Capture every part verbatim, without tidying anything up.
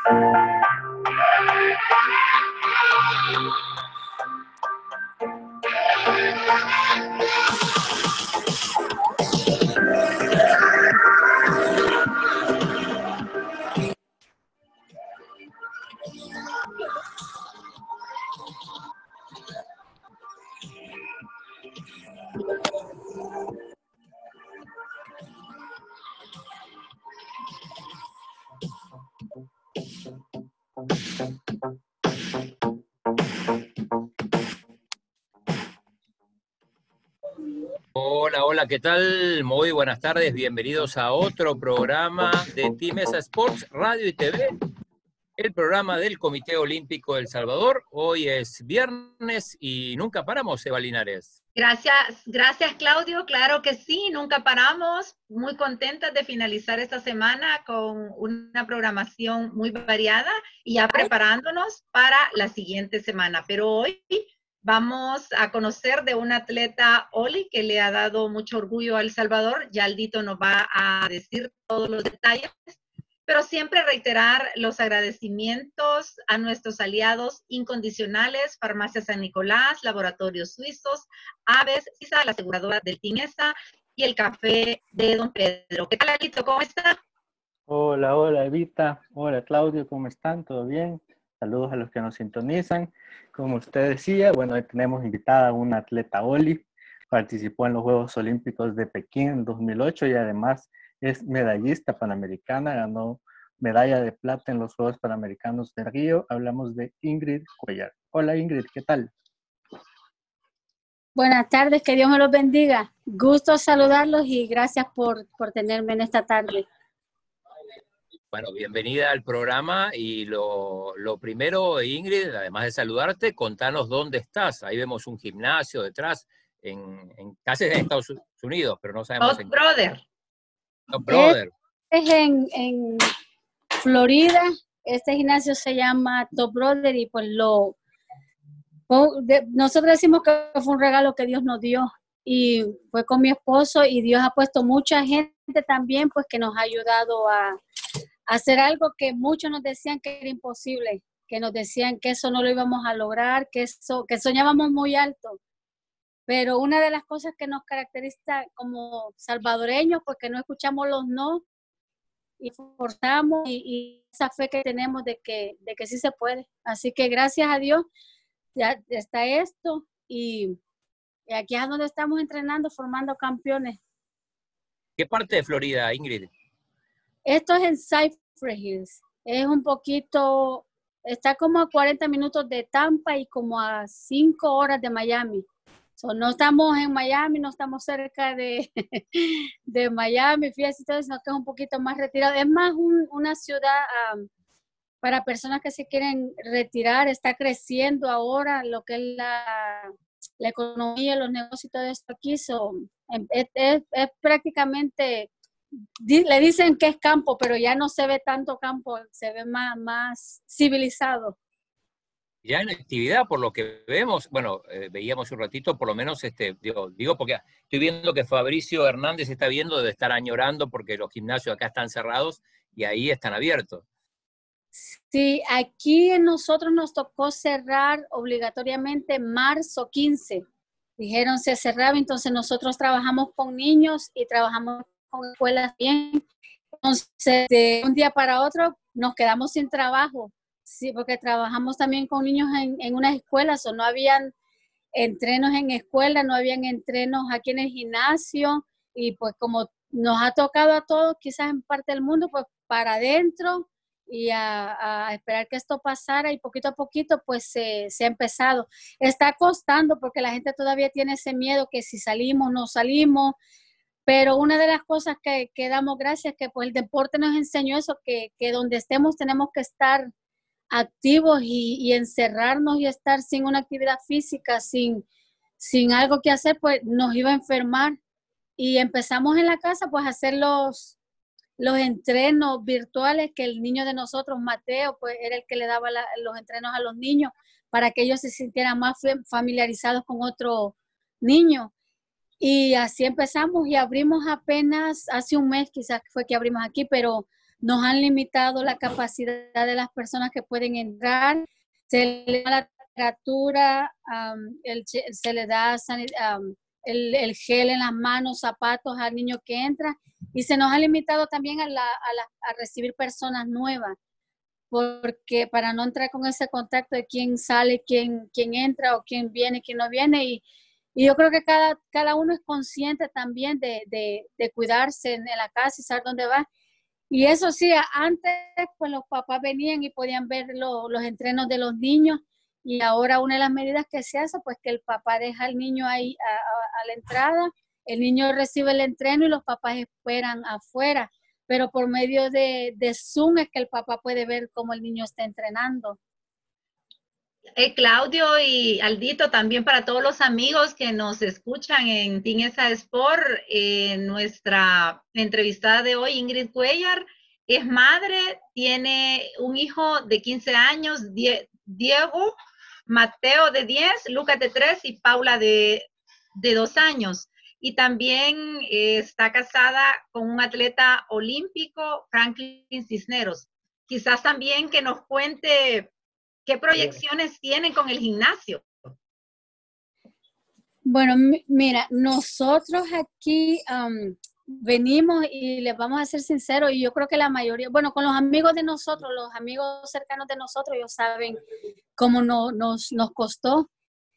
Hola, hola, ¿qué tal? Muy buenas tardes, bienvenidos a otro programa de Timesa Sports Radio y T V, el programa del Comité Olímpico de El Salvador. Hoy es viernes y nunca paramos, Eva Linares. Gracias, gracias Claudio, claro que sí, nunca paramos, muy contentas de finalizar esta semana con una programación muy variada y ya preparándonos para la siguiente semana, pero hoy vamos a conocer de un atleta Oli que le ha dado mucho orgullo a El Salvador. Ya Aldito nos va a decir todos los detalles, pero siempre reiterar los agradecimientos a nuestros aliados incondicionales, Farmacia San Nicolás, Laboratorios Suizos, Aves, CISA, la aseguradora del Timesa y el café de Don Pedro. ¿Qué tal, Aldito? ¿Cómo está? Hola, hola Evita, hola Claudio, ¿cómo están? ¿Todo bien? Saludos a los que nos sintonizan. Como usted decía, bueno, hoy tenemos invitada a una atleta Oli, participó en los Juegos Olímpicos de Pekín en dos mil ocho y además es medallista panamericana, ganó medalla de plata en los Juegos Panamericanos de Río. Hablamos de Ingrid Cuellar. Hola Ingrid, ¿qué tal? Buenas tardes, que Dios me los bendiga. Gusto saludarlos y gracias por, por tenerme en esta tarde. Bueno, bienvenida al programa y lo, lo primero, Ingrid, además de saludarte, contanos dónde estás. Ahí vemos un gimnasio detrás, en, en casi en Estados Unidos, pero no sabemos Top en Brother. Top Brother. Es, es en, en Florida, este gimnasio se llama Top Brother y pues lo, nosotros decimos que fue un regalo que Dios nos dio y fue con mi esposo y Dios ha puesto mucha gente también pues que nos ha ayudado a hacer algo que muchos nos decían que era imposible, que nos decían que eso no lo íbamos a lograr, que, eso, que soñábamos muy alto. Pero una de las cosas que nos caracteriza como salvadoreños, porque no escuchamos los no y forzamos y, y esa fe que tenemos de que, de que sí se puede. Así que gracias a Dios ya está esto y, y aquí es donde estamos entrenando, formando campeones. ¿Qué parte de Florida, Ingrid? Esto es en Cypress Hills. Es un poquito, está como a cuarenta minutos de Tampa y como a cinco horas de Miami. So, no estamos en Miami, no estamos cerca de, de Miami, fíjate, sino que es un poquito más retirado. Es más un, una ciudad um, para personas que se quieren retirar. Está creciendo ahora lo que es la, la economía, los negocios y todo esto aquí. So, es, es, es prácticamente... Le dicen que es campo, pero ya no se ve tanto campo, se ve más, más civilizado. Ya en actividad, por lo que vemos, bueno, eh, veíamos un ratito, por lo menos, este, digo, digo, porque estoy viendo que Fabricio Hernández está viendo, debe estar añorando porque los gimnasios acá están cerrados y ahí están abiertos. Sí, aquí nosotros nos tocó cerrar obligatoriamente marzo quince. Dijeron se cerraba, entonces nosotros trabajamos con niños y trabajamos con escuelas bien. Entonces, de un día para otro nos quedamos sin trabajo, sí, porque trabajamos también con niños en, en unas escuelas, o no habían entrenos en escuela, no habían entrenos aquí en el gimnasio, y pues como nos ha tocado a todos, quizás en parte del mundo, pues para adentro y a, a esperar que esto pasara, y poquito a poquito pues se, se ha empezado. Está costando porque la gente todavía tiene ese miedo que si salimos, no salimos. Pero una de las cosas que, que damos gracias es que pues el deporte nos enseñó eso, que, que donde estemos tenemos que estar activos y, y encerrarnos y estar sin una actividad física, sin, sin algo que hacer, pues nos iba a enfermar. Y empezamos en la casa pues a hacer los, los entrenos virtuales, que el niño de nosotros, Mateo, pues era el que le daba la, los entrenos a los niños para que ellos se sintieran más familiarizados con otro niño. Y así empezamos y abrimos apenas hace un mes, quizás fue que abrimos aquí, pero nos han limitado la capacidad de las personas que pueden entrar, se le da la temperatura, um, el, se le da um, el, el gel en las manos, zapatos al niño que entra, y se nos ha limitado también a, la, a, la, a recibir personas nuevas, porque para no entrar con ese contacto de quién sale, quién, quién entra o quién viene, quién no viene, y, y yo creo que cada, cada uno es consciente también de, de, de cuidarse en, en la casa y saber dónde va. Y eso sí, antes pues los papás venían y podían ver lo, los entrenos de los niños, y ahora una de las medidas que se hace pues que el papá deja al niño ahí a, a, a la entrada, el niño recibe el entreno y los papás esperan afuera, pero por medio de, de Zoom es que el papá puede ver cómo el niño está entrenando. Eh, Claudio y Aldito, también para todos los amigos que nos escuchan en Team Esa Sport, eh, nuestra entrevistada de hoy, Ingrid Cuellar, es madre, tiene un hijo de quince años, Die Diego, Mateo de diez, Lucas de tres y Paula de, de dos años. Y también eh, está casada con un atleta olímpico, Franklin Cisneros. Quizás también que nos cuente ¿qué proyecciones tienen con el gimnasio? Bueno, mira, nosotros aquí um, venimos y les vamos a ser sinceros, y yo creo que la mayoría, bueno, con los amigos de nosotros, los amigos cercanos de nosotros, ellos saben cómo no, nos, nos costó.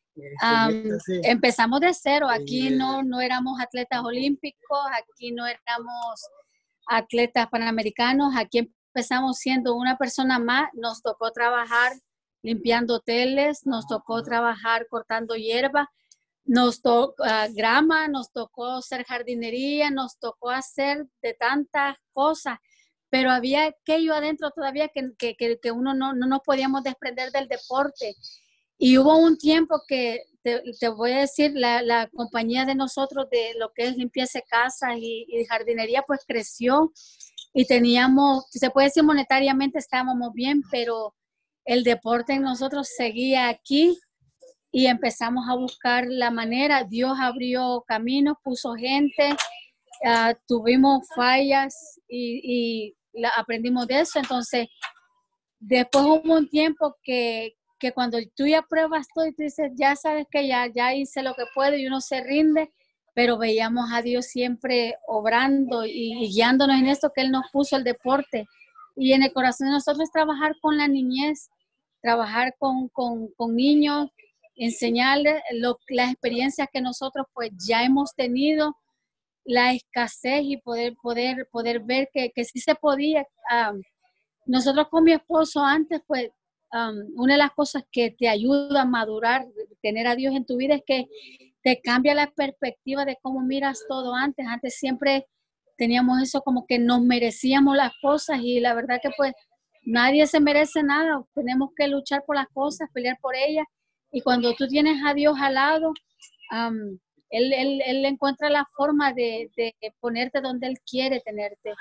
Um, empezamos de cero, aquí no, no éramos atletas olímpicos, aquí no éramos atletas panamericanos, aquí empezamos siendo una persona más, nos tocó trabajar limpiando hoteles, nos tocó trabajar cortando hierba, nos tocó uh, grama, nos tocó hacer jardinería, nos tocó hacer de tantas cosas, pero había aquello adentro todavía que, que, que uno no, no nos podíamos desprender del deporte. Y hubo un tiempo que, te, te voy a decir, la, la compañía de nosotros de lo que es limpieza de casas y, y jardinería, pues creció y teníamos, se puede decir monetariamente estábamos bien, pero el deporte en nosotros seguía aquí y empezamos a buscar la manera. Dios abrió caminos, puso gente, uh, tuvimos fallas y, y la, aprendimos de eso. Entonces, después hubo un tiempo que, que cuando tú ya pruebas todo y tú dices, ya sabes que ya, ya hice lo que puedo y uno se rinde, pero veíamos a Dios siempre obrando y, y guiándonos en esto que Él nos puso el deporte. Y en el corazón de nosotros es trabajar con la niñez, trabajar con, con, con niños, enseñarles lo, las experiencias que nosotros pues ya hemos tenido, la escasez y poder, poder, poder ver que, que sí se podía. Um, nosotros con mi esposo antes pues um, una de las cosas que te ayuda a madurar, tener a Dios en tu vida es que te cambia la perspectiva de cómo miras todo antes. Antes siempre teníamos eso como que nos merecíamos las cosas y la verdad que pues nadie se merece nada. Tenemos que luchar por las cosas, pelear por ellas. Y cuando tú tienes a Dios al lado, um, él, él, él encuentra la forma de, de ponerte donde Él quiere tenerte.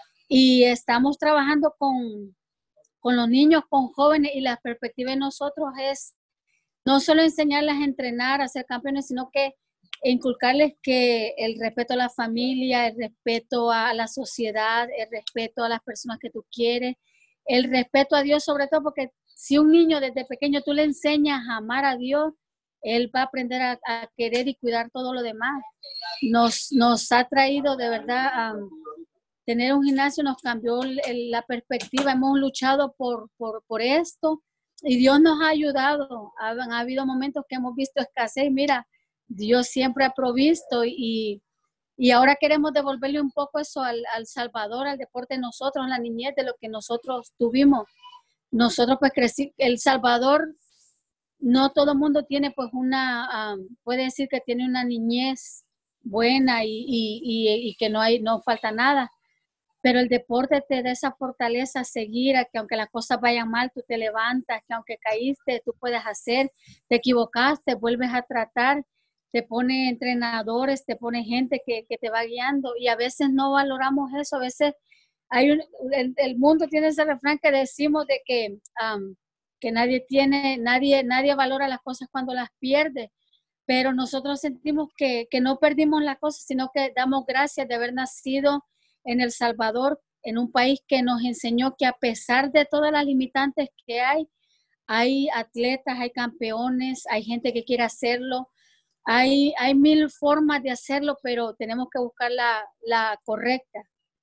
Y estamos trabajando con, con los niños, con jóvenes, y la perspectiva de nosotros es no solo enseñarles a entrenar, a ser campeones, sino que inculcarles que el respeto a la familia, el respeto a la sociedad, el respeto a las personas que tú quieres, el respeto a Dios sobre todo, porque si un niño desde pequeño tú le enseñas a amar a Dios, él va a aprender a, a querer y cuidar todo lo demás. Nos, nos ha traído de verdad um, tener un gimnasio, nos cambió el, la perspectiva, hemos luchado por, por, por esto. Y Dios nos ha ayudado. Ha, ha habido momentos que hemos visto escasez. Mira, Dios siempre ha provisto y, y ahora queremos devolverle un poco eso al, al Salvador, al deporte de nosotros, a la niñez, de lo que nosotros tuvimos. Nosotros pues crecí, El Salvador, no todo el mundo tiene pues una, um, puede decir que tiene una niñez buena y, y, y, y que no hay, no falta nada. Pero el deporte te da esa fortaleza a seguir, a que aunque las cosas vayan mal, tú te levantas, que aunque caíste, tú puedes hacer, te equivocaste, vuelves a tratar, te pone entrenadores, te pone gente que, que te va guiando y a veces no valoramos eso, a veces hay un, el, el mundo tiene ese refrán que decimos de que, um, que nadie tiene, nadie, nadie valora las cosas cuando las pierde, pero nosotros sentimos que, que no perdimos las cosas, sino que damos gracias de haber nacido en El Salvador en un país que nos enseñó que a pesar de todas las limitantes que hay, hay atletas, hay campeones, hay gente que quiere hacerlo, hay, hay mil formas de hacerlo, pero tenemos que buscar la, la correcta.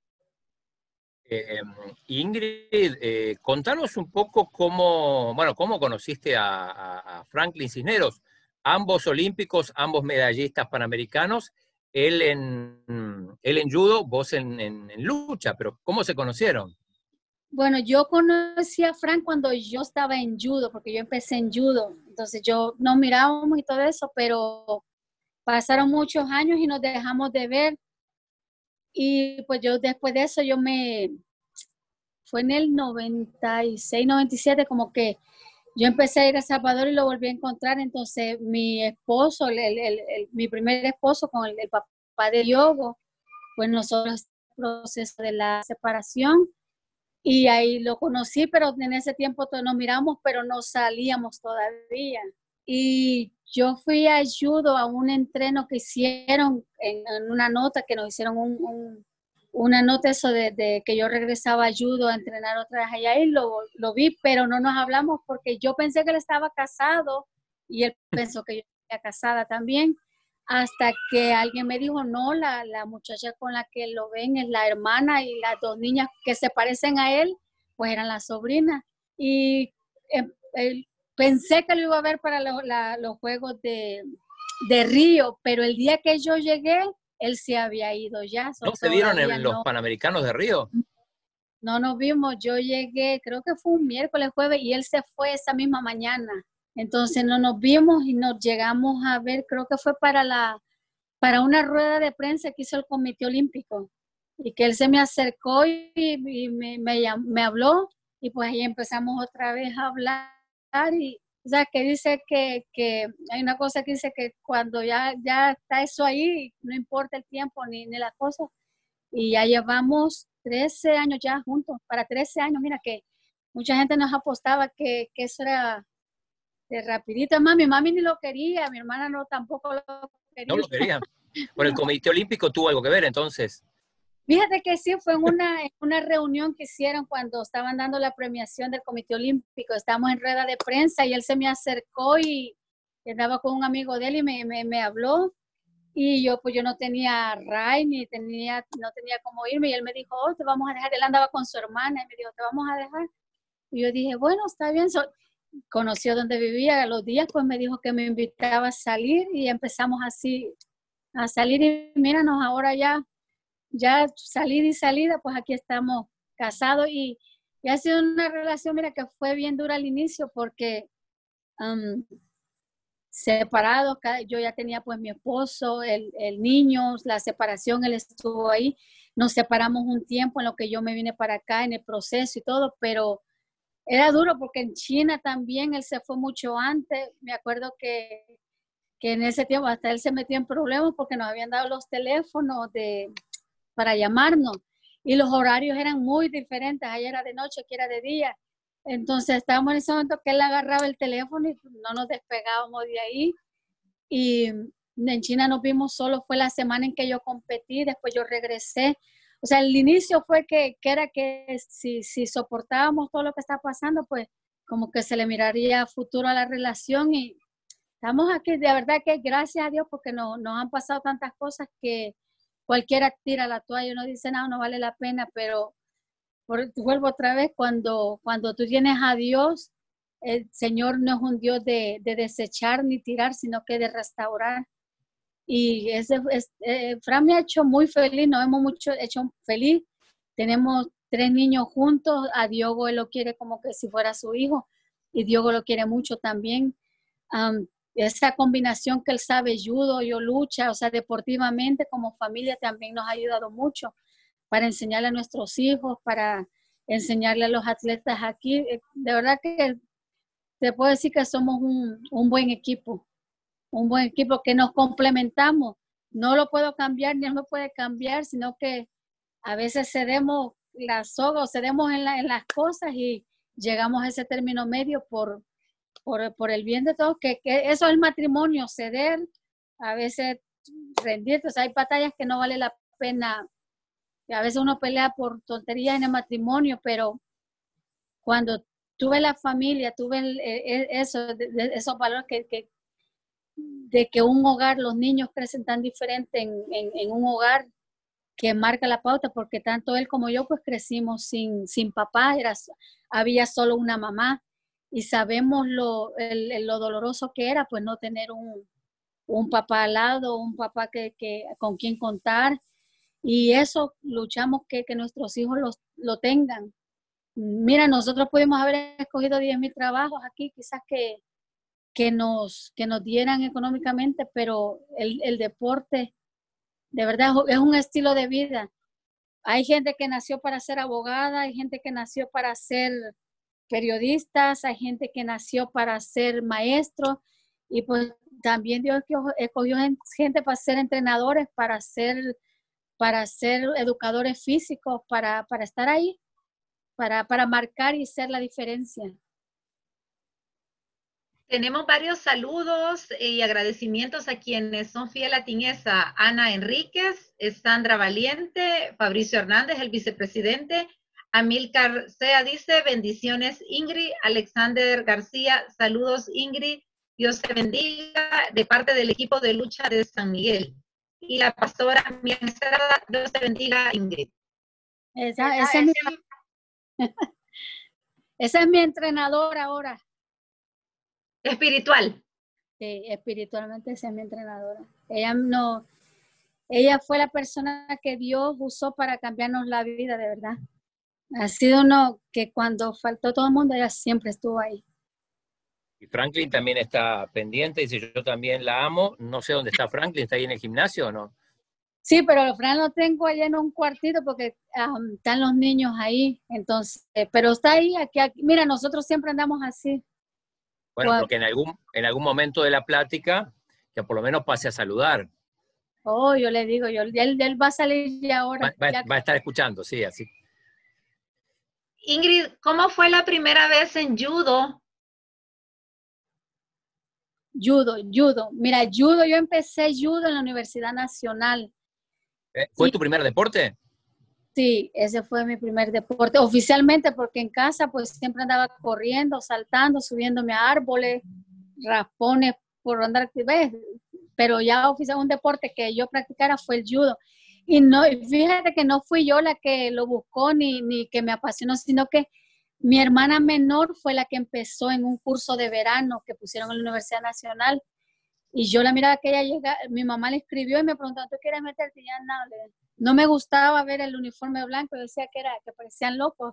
Eh, Ingrid, eh, contanos un poco cómo, bueno, cómo conociste a, a, a Franklin Cisneros, ambos olímpicos, ambos medallistas panamericanos, él en, él en judo, vos en, en, en lucha, pero ¿cómo se conocieron? Bueno, yo conocí a Frank cuando yo estaba en judo, porque yo empecé en judo, entonces yo nos mirábamos y todo eso, pero pasaron muchos años y nos dejamos de ver. Y pues yo después de eso, yo me, fue en el noventa y seis, noventa y siete, como que yo empecé a ir a El Salvador y lo volví a encontrar. Entonces mi esposo, el, el, el, el, mi primer esposo con el, el papá de Diogo, pues nosotros en el proceso de la separación y ahí lo conocí, pero en ese tiempo nos miramos, pero no salíamos todavía. Y yo fui a judo a un entreno que hicieron en, en una nota, que nos hicieron un, un, una nota eso de, de que yo regresaba a judo a entrenar otra vez allá y lo, lo vi, pero no nos hablamos porque yo pensé que él estaba casado y él pensó que yo estaba casada también, hasta que alguien me dijo, no, la, la muchacha con la que lo ven es la hermana y las dos niñas que se parecen a él, pues eran las sobrinas. Y eh, él, pensé que lo iba a ver para lo, la, los Juegos de, de Río, pero el día que yo llegué, él se había ido ya. ¿No se vieron en los no, Panamericanos de Río? No nos vimos, yo llegué, creo que fue un miércoles, jueves, y él se fue esa misma mañana. Entonces no nos vimos y nos llegamos a ver, creo que fue para, la, para una rueda de prensa que hizo el Comité Olímpico. Y que él se me acercó y, y me, me, me habló, y pues ahí empezamos otra vez a hablar. Y, o sea, que dice que, que hay una cosa que dice que cuando ya, ya está eso ahí, no importa el tiempo ni, ni las cosas, y ya llevamos trece años ya juntos, para trece años, mira que mucha gente nos apostaba que, que eso era de rapidito. Además, mi mami ni lo quería, mi hermana no tampoco lo quería. No lo querían. Por el Comité Olímpico tuvo algo que ver entonces. Fíjate que sí, fue en una, en una reunión que hicieron cuando estaban dando la premiación del Comité Olímpico. Estábamos en rueda de prensa y él se me acercó y andaba con un amigo de él y me, me, me habló. Y yo, pues yo no tenía ride, ni tenía, no tenía cómo irme. Y él me dijo, oh, te vamos a dejar. Él andaba con su hermana y me dijo, te vamos a dejar. Y yo dije, bueno, está bien. So, conoció dónde vivía. A los días, pues me dijo que me invitaba a salir y empezamos así a salir. Y míranos, ahora ya, ya salida y salida, pues aquí estamos casados. Y, y ha sido una relación, mira, que fue bien dura al inicio porque... Um, separados, yo ya tenía pues mi esposo, el, el niño, la separación, él estuvo ahí, nos separamos un tiempo en lo que yo me vine para acá en el proceso y todo, pero era duro porque en China también él se fue mucho antes, me acuerdo que, que en ese tiempo hasta él se metió en problemas porque nos habían dado los teléfonos de, para llamarnos y los horarios eran muy diferentes, ahí era de noche, aquí era de día. Entonces estábamos en ese momento que él agarraba el teléfono y no nos despegábamos de ahí. Y en China nos vimos solo, fue la semana en que yo competí, después yo regresé. O sea, el inicio fue que, que era que si, si soportábamos todo lo que está pasando, pues como que se le miraría futuro a la relación. Y estamos aquí, de verdad que gracias a Dios, porque no, nos han pasado tantas cosas que cualquiera tira la toalla y uno dice, no, no vale la pena, pero... Por, vuelvo otra vez, cuando, cuando tú tienes a Dios, el Señor no es un Dios de, de desechar ni tirar, sino que de restaurar. Y ese, es, eh, Fran me ha hecho muy feliz, nos hemos mucho, hecho feliz. Tenemos tres niños juntos, a Diogo él lo quiere como que si fuera su hijo, y Diogo lo quiere mucho también. Um, esa combinación que él sabe judo, yo lucha, o sea, deportivamente como familia también nos ha ayudado mucho para enseñarle a nuestros hijos, para enseñarle a los atletas aquí. De verdad que te puedo decir que somos un, un buen equipo, un buen equipo que nos complementamos. No lo puedo cambiar, ni él me puede cambiar, sino que a veces cedemos la soga o cedemos en, la, en las cosas y llegamos a ese término medio por, por, por el bien de todos, que, que eso es el matrimonio, ceder, a veces rendirte. O sea, hay batallas que no vale la pena A veces uno pelea por tonterías en el matrimonio, pero cuando tuve la familia, tuve el, el, eso, de, de esos valores que, que, de que un hogar, los niños crecen tan diferente en, en, en un hogar que marca la pauta, porque tanto él como yo pues crecimos sin, sin papá, era, había solo una mamá, y sabemos lo, el, lo doloroso que era pues no tener un, un papá al lado, un papá que, que, con quien contar, y eso luchamos que, que nuestros hijos los, lo tengan. Mira, nosotros pudimos haber escogido diez mil trabajos aquí, quizás que, que, nos, que nos dieran económicamente, pero el, el deporte de verdad es un estilo de vida. Hay gente que nació para ser abogada, hay gente que nació para ser periodistas, hay gente que nació para ser maestro, y pues también Dios escogió gente para ser entrenadores, para ser, para ser educadores físicos, para, para estar ahí, para, para marcar y ser la diferencia. Tenemos varios saludos y agradecimientos a quienes son fiel a Tinesa. Ana Enríquez, Sandra Valiente, Fabricio Hernández, el vicepresidente. Amilcar Sea dice, bendiciones Ingrid. Alexander García, saludos Ingrid. Dios te bendiga, de parte del equipo de lucha de San Miguel. Y la pastora Miriam Estrada, Dios te bendiga Ingrid. Esa, esa, es mi, esa es mi entrenadora ahora. Espiritual. Sí, espiritualmente esa es mi entrenadora. Ella no, ella fue la persona que Dios usó para cambiarnos la vida, de verdad. Ha sido uno que cuando faltó todo el mundo, ella siempre estuvo ahí. Y Franklin también está pendiente, dice, yo también la amo. No sé dónde está Franklin, ¿está ahí en el gimnasio o no? Sí, pero Fran lo tengo allá en un cuartito porque um, están los niños ahí, entonces, pero está ahí, aquí, aquí. Mira, nosotros siempre andamos así. Bueno, porque en algún, en algún momento de la plática, que por lo menos pase a saludar. Oh, yo le digo, yo, él, él va a salir ya ahora. Va, va, ya. va a estar escuchando, sí, así. Ingrid, ¿cómo fue la primera vez en judo? Judo, judo. Mira, judo, yo empecé judo en la Universidad Nacional. ¿Fue y, tu primer deporte? Sí, ese fue mi primer deporte, oficialmente, porque en casa pues siempre andaba corriendo, saltando, subiéndome a árboles, raspones por andar, ¿ves? Pero ya oficial, un deporte que yo practicara fue el judo. Y no, fíjate que no fui yo la que lo buscó ni, ni que me apasionó, sino que mi hermana menor fue la que empezó en un curso de verano que pusieron en la Universidad Nacional. Y yo la miraba que ella llega, mi mamá le escribió y me preguntó, ¿tú quieres meterte? Y ya no, no me gustaba ver el uniforme blanco, yo decía que era, que parecían locos.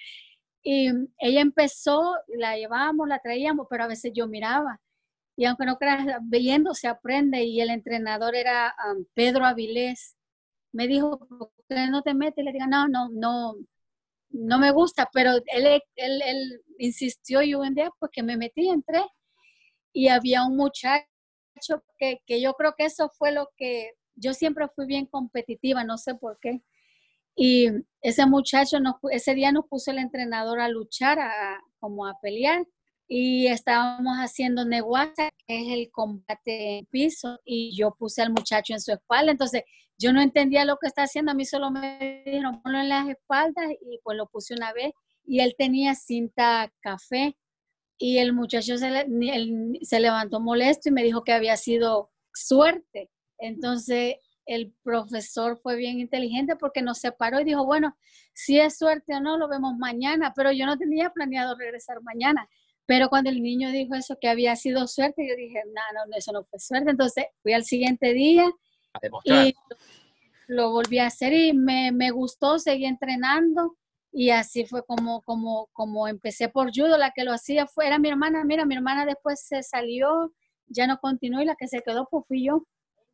Y ella empezó, la llevábamos, la traíamos, pero a veces yo miraba. Y aunque no creas, viendo se aprende, y el entrenador era um, Pedro Avilés. Me dijo, ¿por qué no te metes? Y le digo, no, no, no, no me gusta, pero él, él, él insistió y un día pues que me metí, entré, y había un muchacho que, que yo creo que eso fue lo que, yo siempre fui bien competitiva, no sé por qué, y ese muchacho, nos, ese día nos puso el entrenador a luchar, a, como a pelear, y estábamos haciendo neguaza, que es el combate en piso, y yo puse al muchacho en su espalda, entonces yo no entendía lo que está haciendo, a mí solo me dijeron ponlo en las espaldas, y pues lo puse una vez, y él tenía cinta café, y el muchacho se, le, él, se levantó molesto y me dijo que había sido suerte. Entonces el profesor fue bien inteligente porque nos separó y dijo, bueno, si es suerte o no, lo vemos mañana, pero yo no tenía planeado regresar mañana. Pero cuando el niño dijo eso, que había sido suerte, yo dije, no, no, eso no fue suerte. Entonces fui al siguiente día a demostrar. Y lo volví a hacer y me, me gustó, seguí entrenando. Y así fue como, como, como empecé por judo. La que lo hacía fue, era mi hermana. Mira, mi hermana después se salió, ya no continuó, y la que se quedó pues fui yo.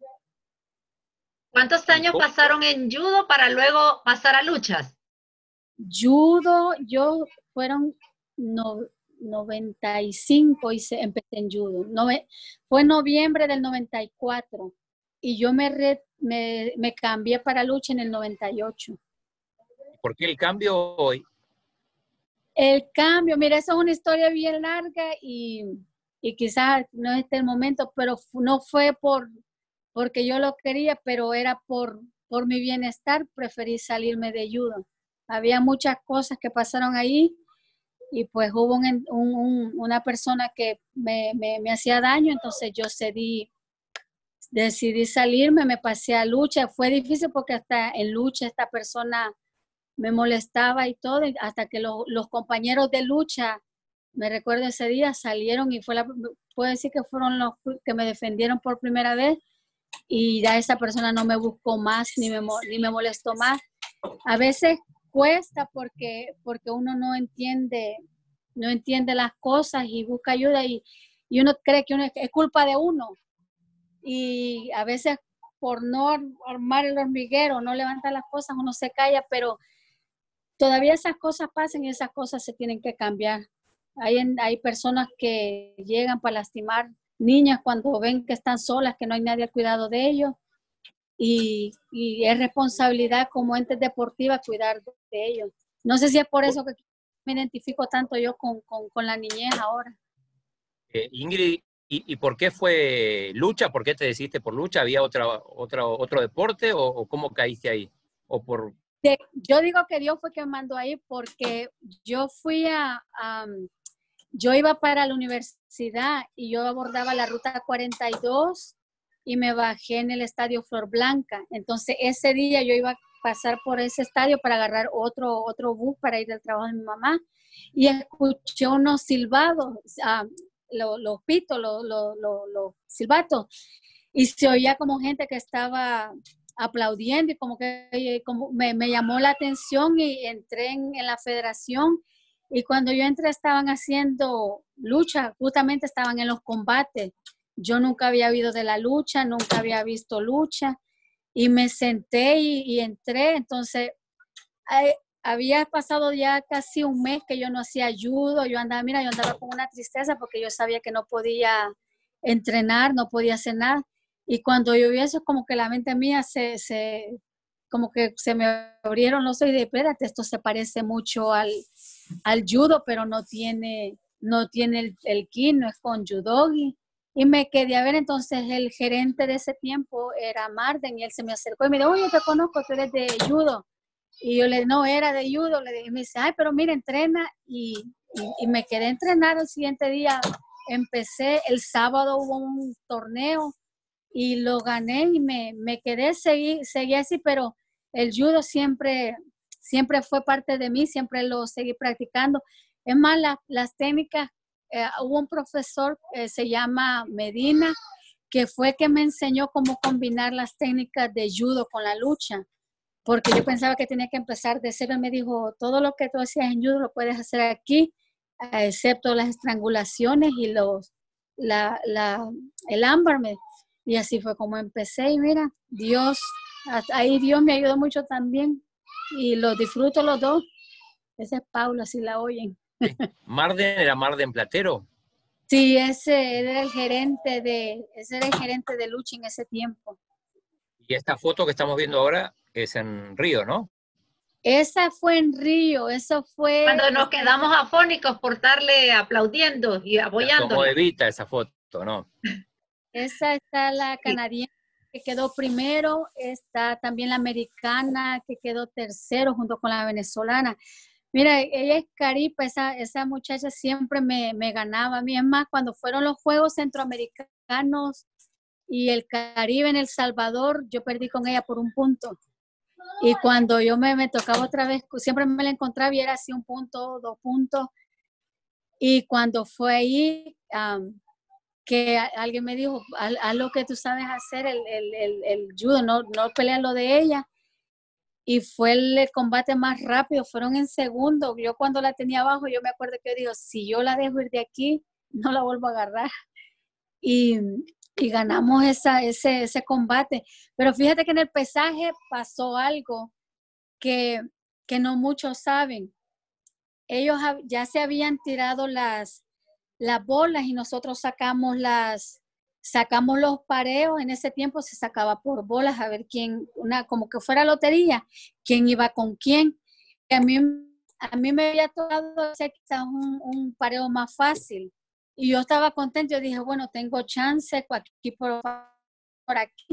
¿Cuántos años pasaron en judo para luego pasar a luchas? Judo, yo fueron no, noventa y cinco y se, empecé en judo. No, fue noviembre del noventa y cuatro y yo me, re, me, me cambié para lucha en el noventa y ocho. ¿Por qué el cambio hoy? El cambio, mira, esa es una historia bien larga y, y quizás no es este el momento, pero no fue por porque yo lo quería, pero era por, por mi bienestar, preferí salirme de judo. Había muchas cosas que pasaron ahí y pues hubo un, un, un, una persona que me, me, me hacía daño, entonces yo cedí, decidí salirme, me pasé a lucha. Fue difícil porque hasta en lucha esta persona me molestaba y todo, hasta que lo, los compañeros de lucha, me recuerdo ese día, salieron y fue la, puedo decir que fueron los que me defendieron por primera vez y ya esa persona no me buscó más ni me, ni me molestó más. A veces cuesta porque, porque uno no entiende, no entiende las cosas y busca ayuda y, y uno cree que uno es, es culpa de uno. Y a veces por no armar el hormiguero, no levantar las cosas, uno se calla, pero todavía esas cosas pasan y esas cosas se tienen que cambiar. Hay, hay personas que llegan para lastimar niñas cuando ven que están solas, que no hay nadie al cuidado de ellos. Y, y es responsabilidad como entes deportivas cuidar de ellos. No sé si es por eso que me identifico tanto yo con, con, con la niñez ahora. Eh, Ingrid, ¿y, ¿y por qué fue lucha? ¿Por qué te decidiste por lucha? ¿Había otra, otra, otro deporte o, o cómo caíste ahí? ¿O por... De, yo digo que Dios fue quien mandó ahí porque yo fui a, a, yo iba para la universidad y yo abordaba la ruta cuarenta y dos y me bajé en el estadio Flor Blanca. Entonces ese día yo iba a pasar por ese estadio para agarrar otro, otro bus para ir al trabajo de mi mamá y escuché unos silbados, uh, los, los pitos, los, los, los, los silbatos y se oía como gente que estaba aplaudiendo y como que como me, me llamó la atención y entré en, en la federación y cuando yo entré estaban haciendo lucha, justamente estaban en los combates. Yo nunca había oído de la lucha, nunca había visto lucha y me senté y, y entré. Entonces eh, había pasado ya casi un mes que yo no hacía judo, yo andaba, mira, yo andaba con una tristeza porque yo sabía que no podía entrenar, no podía hacer nada. Y cuando yo vi eso, como que la mente mía se, se como que se me abrieron los ojos y dije, espérate, esto se parece mucho al, al judo, pero no tiene, no tiene el, el ki, no es con judogi. Y me quedé a ver, entonces el gerente de ese tiempo era Marden y él se me acercó y me dijo, oye, te conozco, tú eres de judo. Y yo le dije, no, era de judo. Le dije, me dice, ay, pero mira, entrena. Y, y, y me quedé a entrenar el siguiente día. Empecé, el sábado hubo un torneo y lo gané y me, me quedé, seguí, seguí así, pero el judo siempre, siempre fue parte de mí, siempre lo seguí practicando. Es más, la, las técnicas, eh, hubo un profesor, eh, se llama Medina, que fue que me enseñó cómo combinar las técnicas de judo con la lucha, porque yo pensaba que tenía que empezar de cero. Él me dijo, todo lo que tú hacías en judo lo puedes hacer aquí, excepto las estrangulaciones y los, la, la, el ámbarme. Y así fue como empecé y mira, Dios, ahí Dios me ayudó mucho también y lo disfruto los dos. Esa es Paula, si la oyen. Sí. ¿Marden era Marden Platero? Sí, ese era el gerente de, ese era el gerente de lucha en ese tiempo. Y esta foto que estamos viendo ahora es en Río, ¿no? Esa fue en Río, eso fue... Cuando nos quedamos afónicos por estarle aplaudiendo y apoyando. Tomó Evita esa foto, ¿no? Esa está la canadiense que quedó primero, está también la americana que quedó tercero junto con la venezolana. Mira, ella es caripa, esa, esa muchacha siempre me, me ganaba a mí. Es más, cuando fueron los Juegos Centroamericanos y el Caribe en El Salvador, yo perdí con ella por un punto. Y cuando yo me, me tocaba otra vez, siempre me la encontraba y era así un punto, dos puntos. Y cuando fue ahí, um, que alguien me dijo, haz, haz lo que tú sabes hacer, el, el, el, el judo, no, no peleas lo de ella. Y fue el combate más rápido, fueron en segundos. Yo cuando la tenía abajo, yo me acuerdo que yo digo, si yo la dejo ir de aquí, no la vuelvo a agarrar. Y, y ganamos esa, ese, ese combate. Pero fíjate que en el pesaje pasó algo que, que no muchos saben. Ellos ya se habían tirado las, las bolas y nosotros sacamos las... Sacamos los pareos, en ese tiempo se sacaba por bolas a ver quién, una como que fuera lotería, quién iba con quién. Y a mí, a mí me había tocado hacer quizás un, un pareo más fácil. Y yo estaba contenta, yo dije, bueno, tengo chance aquí por, por aquí.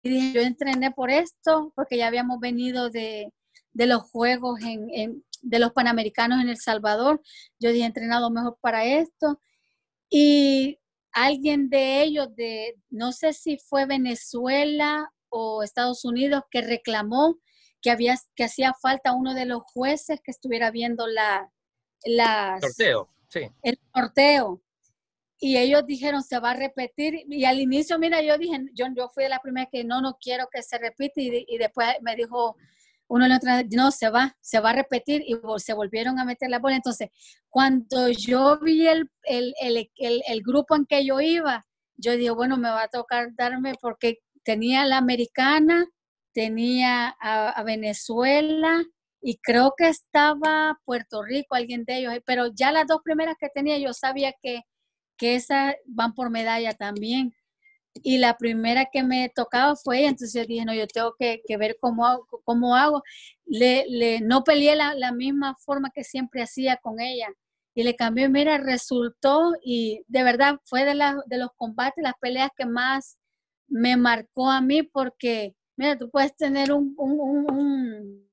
dije, yo entrené por esto, porque ya habíamos venido de, de los Juegos, en, en, de los Panamericanos en El Salvador. Yo dije, he entrenado mejor para esto. Y alguien de ellos, de no sé si fue Venezuela o Estados Unidos, que reclamó que, había, que hacía falta uno de los jueces que estuviera viendo la, las, sorteo, sí. el sorteo. Y ellos dijeron, se va a repetir. Y al inicio, mira, yo dije, yo, yo fui de la primera que no, no quiero que se repita. Y, y después me dijo uno de los otros, no, se va, se va a repetir. Y se volvieron a meter la bola. Entonces, cuando yo vi el, el, el, el, el grupo en que yo iba, yo dije, bueno, me va a tocar darme, porque tenía la americana, tenía a, a Venezuela, y creo que estaba Puerto Rico, alguien de ellos. Pero ya las dos primeras que tenía, yo sabía que que esas van por medalla también. Y la primera que me tocaba fue ella, entonces yo dije, no, yo tengo que, que ver cómo hago. Cómo hago. Le, le, no peleé la, la misma forma que siempre hacía con ella. Y le cambié, mira, resultó, y de verdad fue de, la, de los combates, las peleas que más me marcó a mí, porque, mira, tú puedes tener un, un, un,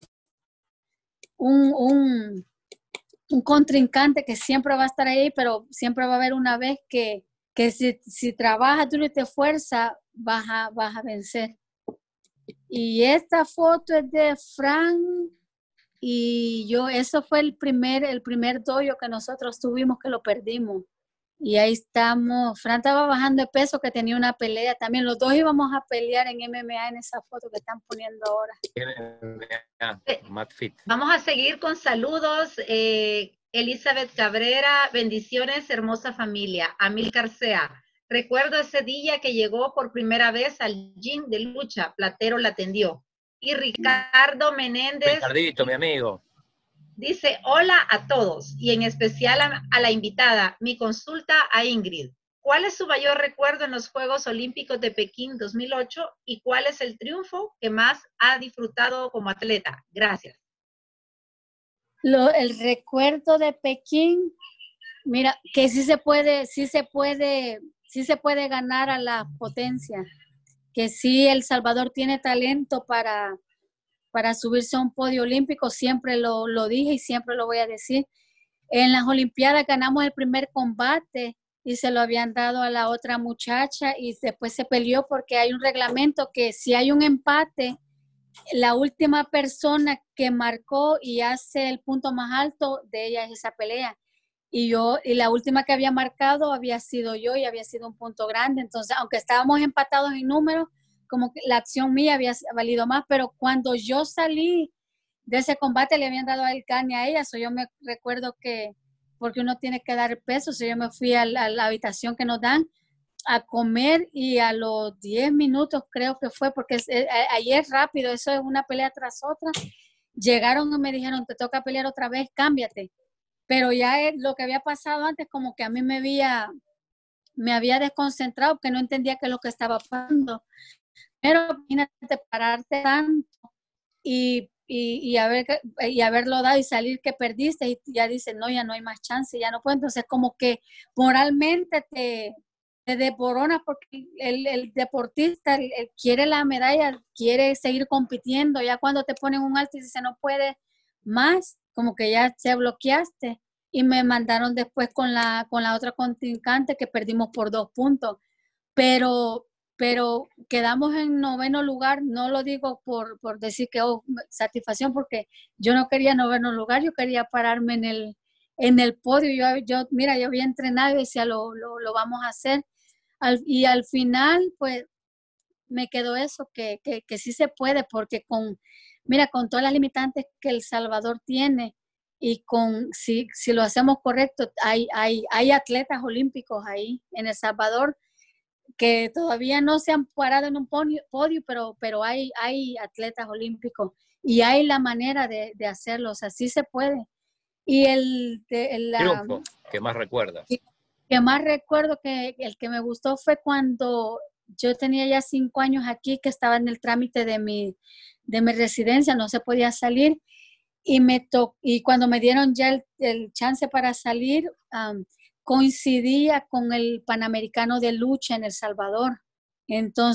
un, un un contrincante que siempre va a estar ahí, pero siempre va a haber una vez que, que si, si trabajas tú y te esfuerzas, vas a, vas a vencer. Y esta foto es de Fran, y yo, eso fue el primer, el primer dojo que nosotros tuvimos, que lo perdimos. Y ahí estamos. Fran estaba bajando de peso, que tenía una pelea también. Los dos íbamos a pelear en M M A en esa foto que están poniendo ahora. M M A, Mat Fit. Vamos a seguir con saludos. Eh, Elizabeth Cabrera, bendiciones, hermosa familia. Amilcar Sea, recuerdo ese día que llegó por primera vez al gym de lucha, Platero la atendió. Y Ricardo Menéndez. Ricardito, mi amigo. Dice, hola a todos, y en especial a, a la invitada, mi consulta a Ingrid. ¿Cuál es su mayor recuerdo en los Juegos Olímpicos de Pekín dos mil ocho y cuál es el triunfo que más ha disfrutado como atleta? Gracias. Lo, el recuerdo de Pekín, mira, que sí se puede, sí se puede, sí se puede ganar a la potencia, que sí El Salvador tiene talento para, para subirse a un podio olímpico, siempre lo, lo dije y siempre lo voy a decir. En las Olimpiadas ganamos el primer combate y se lo habían dado a la otra muchacha y después se peleó, porque hay un reglamento que si hay un empate, la última persona que marcó y hace el punto más alto de ella es esa pelea. Y yo, y la última que había marcado había sido yo y había sido un punto grande. Entonces, aunque estábamos empatados en números, como que la acción mía había valido más, pero cuando yo salí de ese combate le habían dado el carne a ella. So yo me recuerdo que, porque uno tiene que dar peso, so yo me fui a la, a la habitación que nos dan a comer y a los diez minutos creo que fue, porque es, es, ahí es rápido, eso es una pelea tras otra. Llegaron y me dijeron, te toca pelear otra vez, cámbiate. Pero ya es, lo que había pasado antes, como que a mí me había, me había desconcentrado, porque no entendía qué es lo que estaba pasando. Pero imagínate pararte tanto y, y, y, haber, y haberlo dado y salir que perdiste y ya dices, no, ya no hay más chance, ya no puedo. Entonces como que moralmente te, te desboronas, porque el, el deportista el, el quiere la medalla, quiere seguir compitiendo. Ya cuando te ponen un alto y dice no puede más, como que ya se bloqueaste. Y me mandaron después con la, con la otra contrincante que perdimos por dos puntos. Pero pero quedamos en noveno lugar. No lo digo por, por decir que oh, satisfacción, porque yo no quería noveno lugar, yo quería pararme en el, en el podio. Yo, yo, mira, yo había entrenado y decía, lo, lo, lo vamos a hacer. Al, y al final, pues, me quedó eso, que, que, que sí se puede, porque con, mira, con todas las limitantes que El Salvador tiene, y con, si, si lo hacemos correcto, hay, hay, hay atletas olímpicos ahí en El Salvador, que todavía no se han parado en un podio, pero, pero hay, hay atletas olímpicos y hay la manera de, de hacerlo, o sea, sí se puede. Y el, el la, triunfo que más recuerdas. Que, que más recuerdo, que el que me gustó fue cuando yo tenía ya cinco años aquí, que estaba en el trámite de mi, de mi residencia, no se podía salir, y, me to, y cuando me dieron ya el, el chance para salir, um, coincidía con el Panamericano de lucha en El Salvador. Entonces,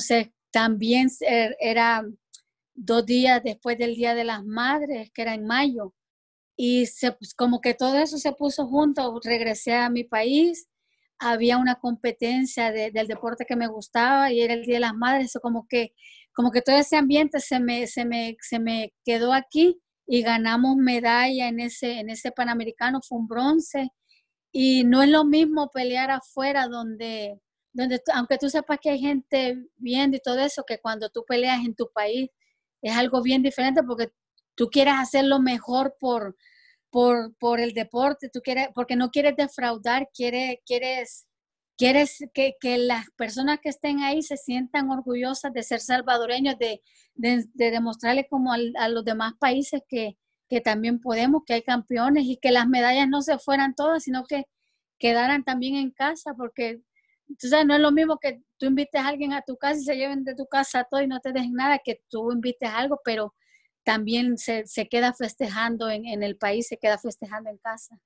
también era dos días después del Día de las Madres, que era en mayo. Y se, pues, como que todo eso se puso junto. Regresé a mi país, había una competencia de, del deporte que me gustaba y era el Día de las Madres. Eso como que, como que todo ese ambiente se me, se me, se me quedó aquí y ganamos medalla en ese, en ese Panamericano, fue un bronce. Y no es lo mismo pelear afuera donde, donde aunque tú sepas que hay gente viendo y todo eso, que cuando tú peleas en tu país es algo bien diferente porque tú quieres hacer lo mejor por, por, por el deporte, tú quieres, porque no quieres defraudar, quieres, quieres, quieres que, que las personas que estén ahí se sientan orgullosas de ser salvadoreños, de, de, de demostrarle como a, a los demás países que, que también podemos, que hay campeones y que las medallas no se fueran todas, sino que quedaran también en casa, porque tú sabes, no es lo mismo que tú invites a alguien a tu casa y se lleven de tu casa todo y no te dejen nada, que tú invites algo, pero también se, se queda festejando en, en el país, se queda festejando en casa.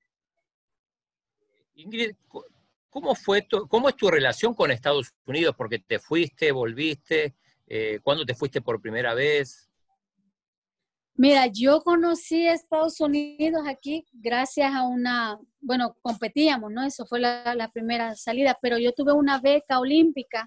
Ingrid, ¿cómo fue tu, cómo es tu relación con Estados Unidos? Porque te fuiste, volviste, eh, ¿cuándo te fuiste por primera vez? Mira, yo conocí a Estados Unidos aquí gracias a una, bueno, competíamos, ¿no? Eso fue la, la primera salida, pero yo tuve una beca olímpica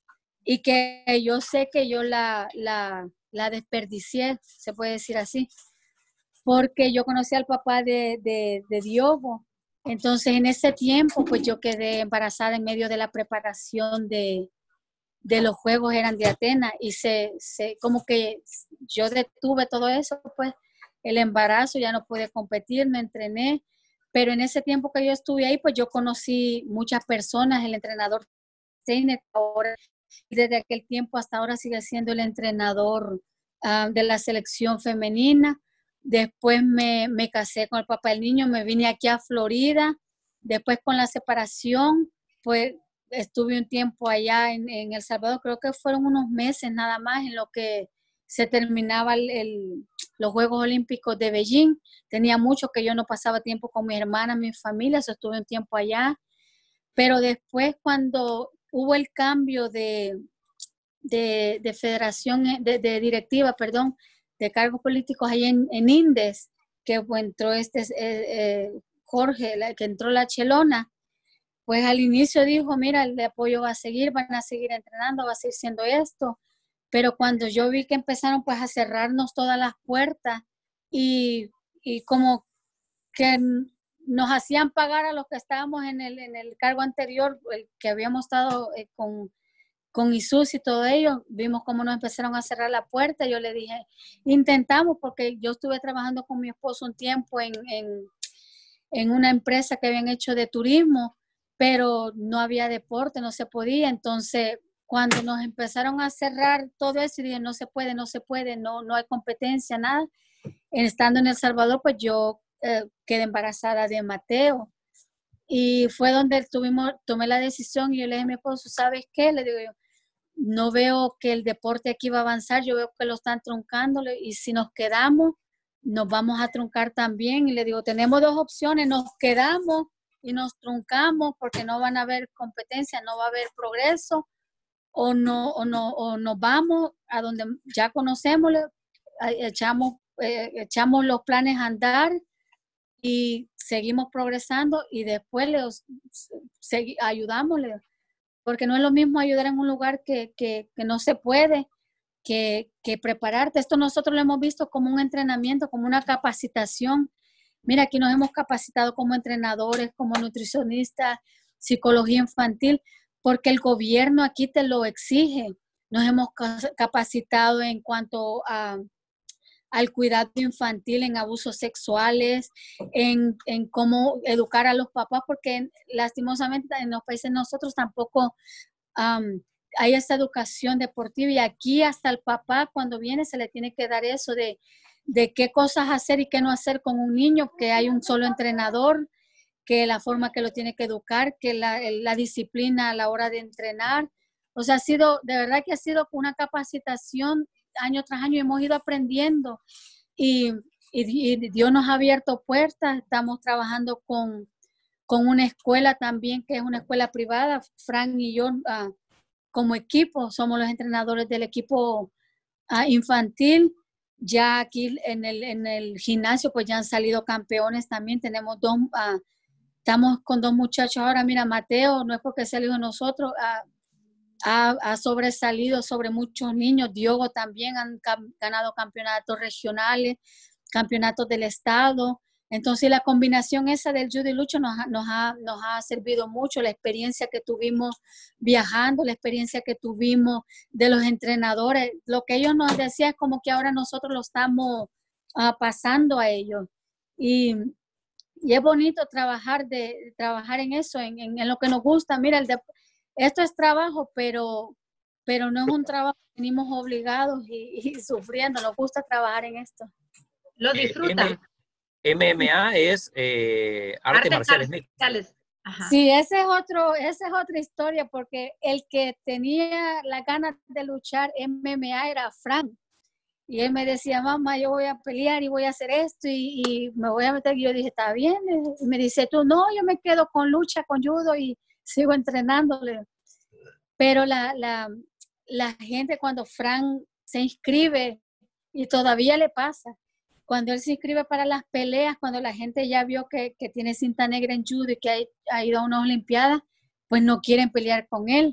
y que yo sé que yo la, la, la desperdicié, se puede decir así, porque yo conocí al papá de, de, de Diogo. Entonces, en ese tiempo, pues yo quedé embarazada en medio de la preparación de, de los Juegos eran de Atenas y se, se, como que yo detuve todo eso, pues el embarazo, ya no pude competir, me entrené, pero en ese tiempo que yo estuve ahí, pues yo conocí muchas personas, el entrenador Steiner, ahora, desde aquel tiempo hasta ahora sigue siendo el entrenador uh, de la selección femenina. Después me, me casé con el papá del niño, me vine aquí a Florida, después con la separación, pues estuve un tiempo allá en, en El Salvador, creo que fueron unos meses nada más en lo que se terminaba el, el, los Juegos Olímpicos de Beijing. Tenía mucho que yo no pasaba tiempo con mis hermanas, mi familia, so estuve un tiempo allá. Pero después cuando hubo el cambio de, de, de federación, de, de directiva, perdón, de cargos políticos ahí en, en Indes, que pues, entró este eh, eh, Jorge, la, que entró la Chelona, pues al inicio dijo, mira, el de apoyo va a seguir, van a seguir entrenando, va a seguir siendo esto. Pero cuando yo vi que empezaron pues a cerrarnos todas las puertas y, y como que nos hacían pagar a los que estábamos en el, en el cargo anterior, el que habíamos estado eh, con, con Isus y todo ello, vimos cómo nos empezaron a cerrar la puerta. Yo le dije, intentamos, porque yo estuve trabajando con mi esposo un tiempo en, en, en una empresa que habían hecho de turismo, pero no había deporte, no se podía. Entonces, cuando nos empezaron a cerrar todo eso, dije, no se puede, no se puede, no, no hay competencia, nada. Estando en El Salvador, pues yo eh, quedé embarazada de Mateo. Y fue donde tuvimos, tomé la decisión y yo le dije a mi esposo, ¿sabes qué? Le digo yo, no veo que el deporte aquí va a avanzar, yo veo que lo están truncando y si nos quedamos, nos vamos a truncar también. Y le digo, tenemos dos opciones, nos quedamos y nos truncamos porque no van a haber competencia, no va a haber progreso, o no, o no, o nos vamos a donde ya conocemos, echamos, eh, echamos los planes a andar y seguimos progresando y después les segui, ayudamos, porque no es lo mismo ayudar en un lugar que, que, que no se puede, que, que prepararte. Esto nosotros lo hemos visto como un entrenamiento, como una capacitación. Mira, aquí nos hemos capacitado como entrenadores, como nutricionistas, psicología infantil, porque el gobierno aquí te lo exige. Nos hemos capacitado en cuanto a, al cuidado infantil, en abusos sexuales, en, en cómo educar a los papás, porque lastimosamente en los países nosotros tampoco um, hay esta educación deportiva y aquí hasta el papá cuando viene se le tiene que dar eso de de qué cosas hacer y qué no hacer con un niño, que hay un solo entrenador, que la forma que lo tiene que educar, que la, la disciplina a la hora de entrenar. O sea, ha sido, de verdad que ha sido una capacitación año tras año, hemos ido aprendiendo y, y, y Dios nos ha abierto puertas. Estamos trabajando con, con una escuela también, que es una escuela privada. Frank y yo uh, como equipo, somos los entrenadores del equipo uh, infantil. Ya aquí en el, en el gimnasio pues ya han salido campeones también. Tenemos dos, uh, estamos con dos muchachos ahora. Mira, Mateo, no es porque sea el hijo de nosotros, uh, ha, ha sobresalido sobre muchos niños. Diogo también han cam- ganado campeonatos regionales, campeonatos del estado. Entonces la combinación esa del judo y lucha nos, nos, ha, nos ha servido mucho, la experiencia que tuvimos viajando, la experiencia que tuvimos de los entrenadores. Lo que ellos nos decían es como que ahora nosotros lo estamos uh, pasando a ellos. Y, y es bonito trabajar, de, trabajar en eso, en, en, en lo que nos gusta. Mira, el de, esto es trabajo, pero, pero no es un trabajo que venimos obligados y, y sufriendo. Nos gusta trabajar en esto. Lo disfrutan. Eh, M M A es eh, artes, artes marciales mixtas. Sí, ese es otro, esa es otra historia, porque el que tenía la ganas de luchar M M A era Frank. Y él me decía, mamá, yo voy a pelear y voy a hacer esto y, y me voy a meter. Y yo dije, está bien. Y me dice, tú, no, yo me quedo con lucha, con judo y sigo entrenándole. Pero la, la, la gente cuando Frank se inscribe, y todavía le pasa, cuando él se inscribe para las peleas, cuando la gente ya vio que, que tiene cinta negra en judo y que ha, ha ido a unas olimpiadas, pues no quieren pelear con él.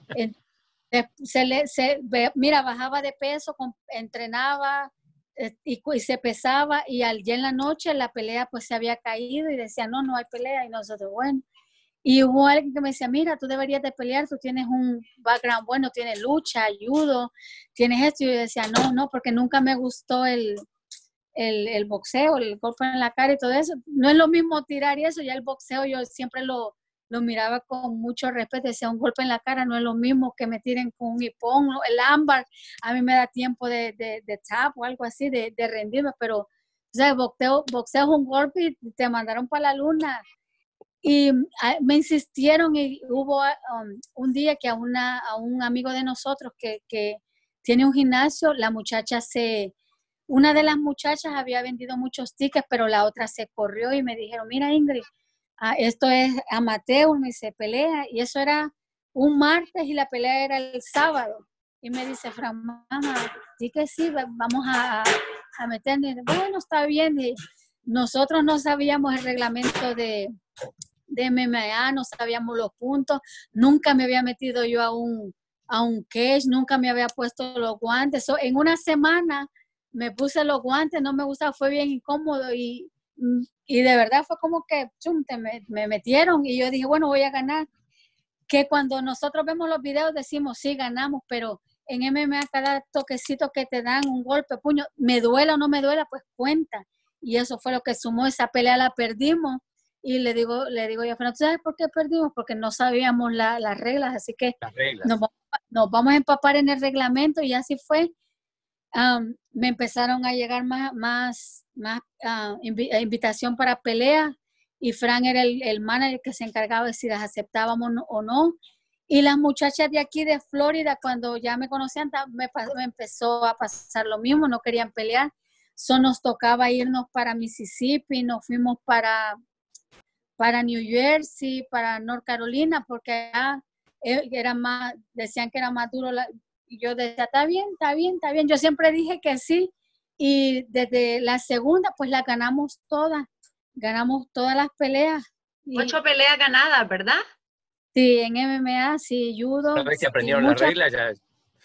se le, se, mira, bajaba de peso, con, entrenaba eh, y, y se pesaba, y al día en la noche la pelea pues se había caído y decía, no, no hay pelea. Y nosotros, bueno. Y hubo alguien que me decía, mira, tú deberías de pelear, tú tienes un background bueno, tienes lucha, judo, tienes esto. Y yo decía, no, no, porque nunca me gustó el... El, el boxeo, el golpe en la cara y todo eso. No es lo mismo tirar y eso, ya el boxeo yo siempre lo, lo miraba con mucho respeto, decía, un golpe en la cara no es lo mismo que me tiren con un hipón, el ámbar, a mí me da tiempo de, de, de tap o algo así, de, de rendirme, pero o sea, boxeo, boxeo es un golpe y te mandaron para la luna. Y a, me insistieron y hubo um, un día que a, una, a un amigo de nosotros que, que tiene un gimnasio, la muchacha se... Una de las muchachas había vendido muchos tickets, pero la otra se corrió y me dijeron, mira Ingrid, ah, esto es amateur, me dice, pelea. Y eso era un martes y la pelea era el sábado. Y me dice, Fran, mamá, sí que sí, vamos a, a meternos. Bueno, está bien. Y nosotros no sabíamos el reglamento de, de M M A, no sabíamos los puntos. Nunca me había metido yo a un, a un cage, nunca me había puesto los guantes. So, en una semana me puse los guantes, no me gustaba, fue bien incómodo y, y de verdad fue como que chum, te me, me metieron y yo dije, bueno, voy a ganar. Que cuando nosotros vemos los videos decimos, sí, ganamos, pero en M M A cada toquecito que te dan, un golpe, puño, me duela o no me duela, pues cuenta. Y eso fue lo que sumó, esa pelea la perdimos. Y le digo, le digo yo, ¿tú sabes por qué perdimos? Porque no sabíamos la, las reglas, así que las reglas. Nos, nos vamos a empapar en el reglamento y así fue. Um, me empezaron a llegar más, más, más uh, invi invitación para peleas y Frank era el, el manager que se encargaba de si las aceptábamos no, o no. Y las muchachas de aquí de Florida, cuando ya me conocían, me, me empezó a pasar lo mismo, no querían pelear. So nos tocaba irnos para Mississippi, nos fuimos para, para New Jersey, para North Carolina, porque allá era más, decían que era más duro la, y yo decía, está bien, está bien, está bien. Yo siempre dije que sí. Y desde la segunda, pues la ganamos todas. Ganamos todas las peleas. Y, Ocho peleas ganadas, ¿verdad? Sí, en M M A, sí, judo. Una vez que aprendieron muchas, las reglas, ya...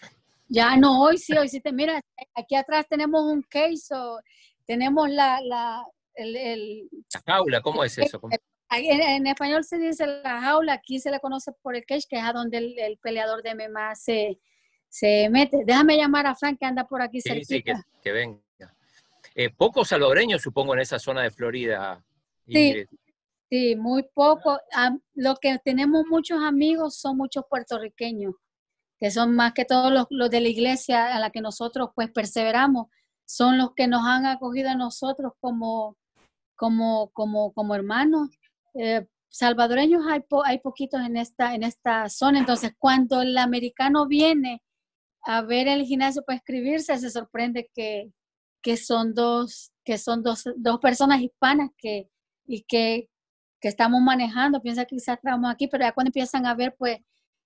Ya no, hoy sí, hoy sí. Te, mira, aquí atrás tenemos un case, o tenemos la... la el, el, la jaula, ¿cómo es eso? ¿Cómo? En, en español se dice la jaula, aquí se le conoce por el cage, que es a donde el, el peleador de M M A se... se mete. Déjame llamar a Frank que anda por aquí sí, cerquita. Sí, que, que venga. Eh, pocos salvadoreños, supongo, en esa zona de Florida, Ingrid. Sí, sí, muy poco. Um, lo que tenemos muchos amigos son muchos puertorriqueños, que son más que todos los, los de la iglesia a la que nosotros pues perseveramos, son los que nos han acogido a nosotros como, como, como, como hermanos. Eh, salvadoreños hay, po, hay poquitos en esta, en esta zona, entonces cuando el americano viene a ver el gimnasio para inscribirse, se sorprende que, que son dos, que son dos, dos personas hispanas que, y que, que estamos manejando, piensa que quizás estamos aquí, pero ya cuando empiezan a ver, pues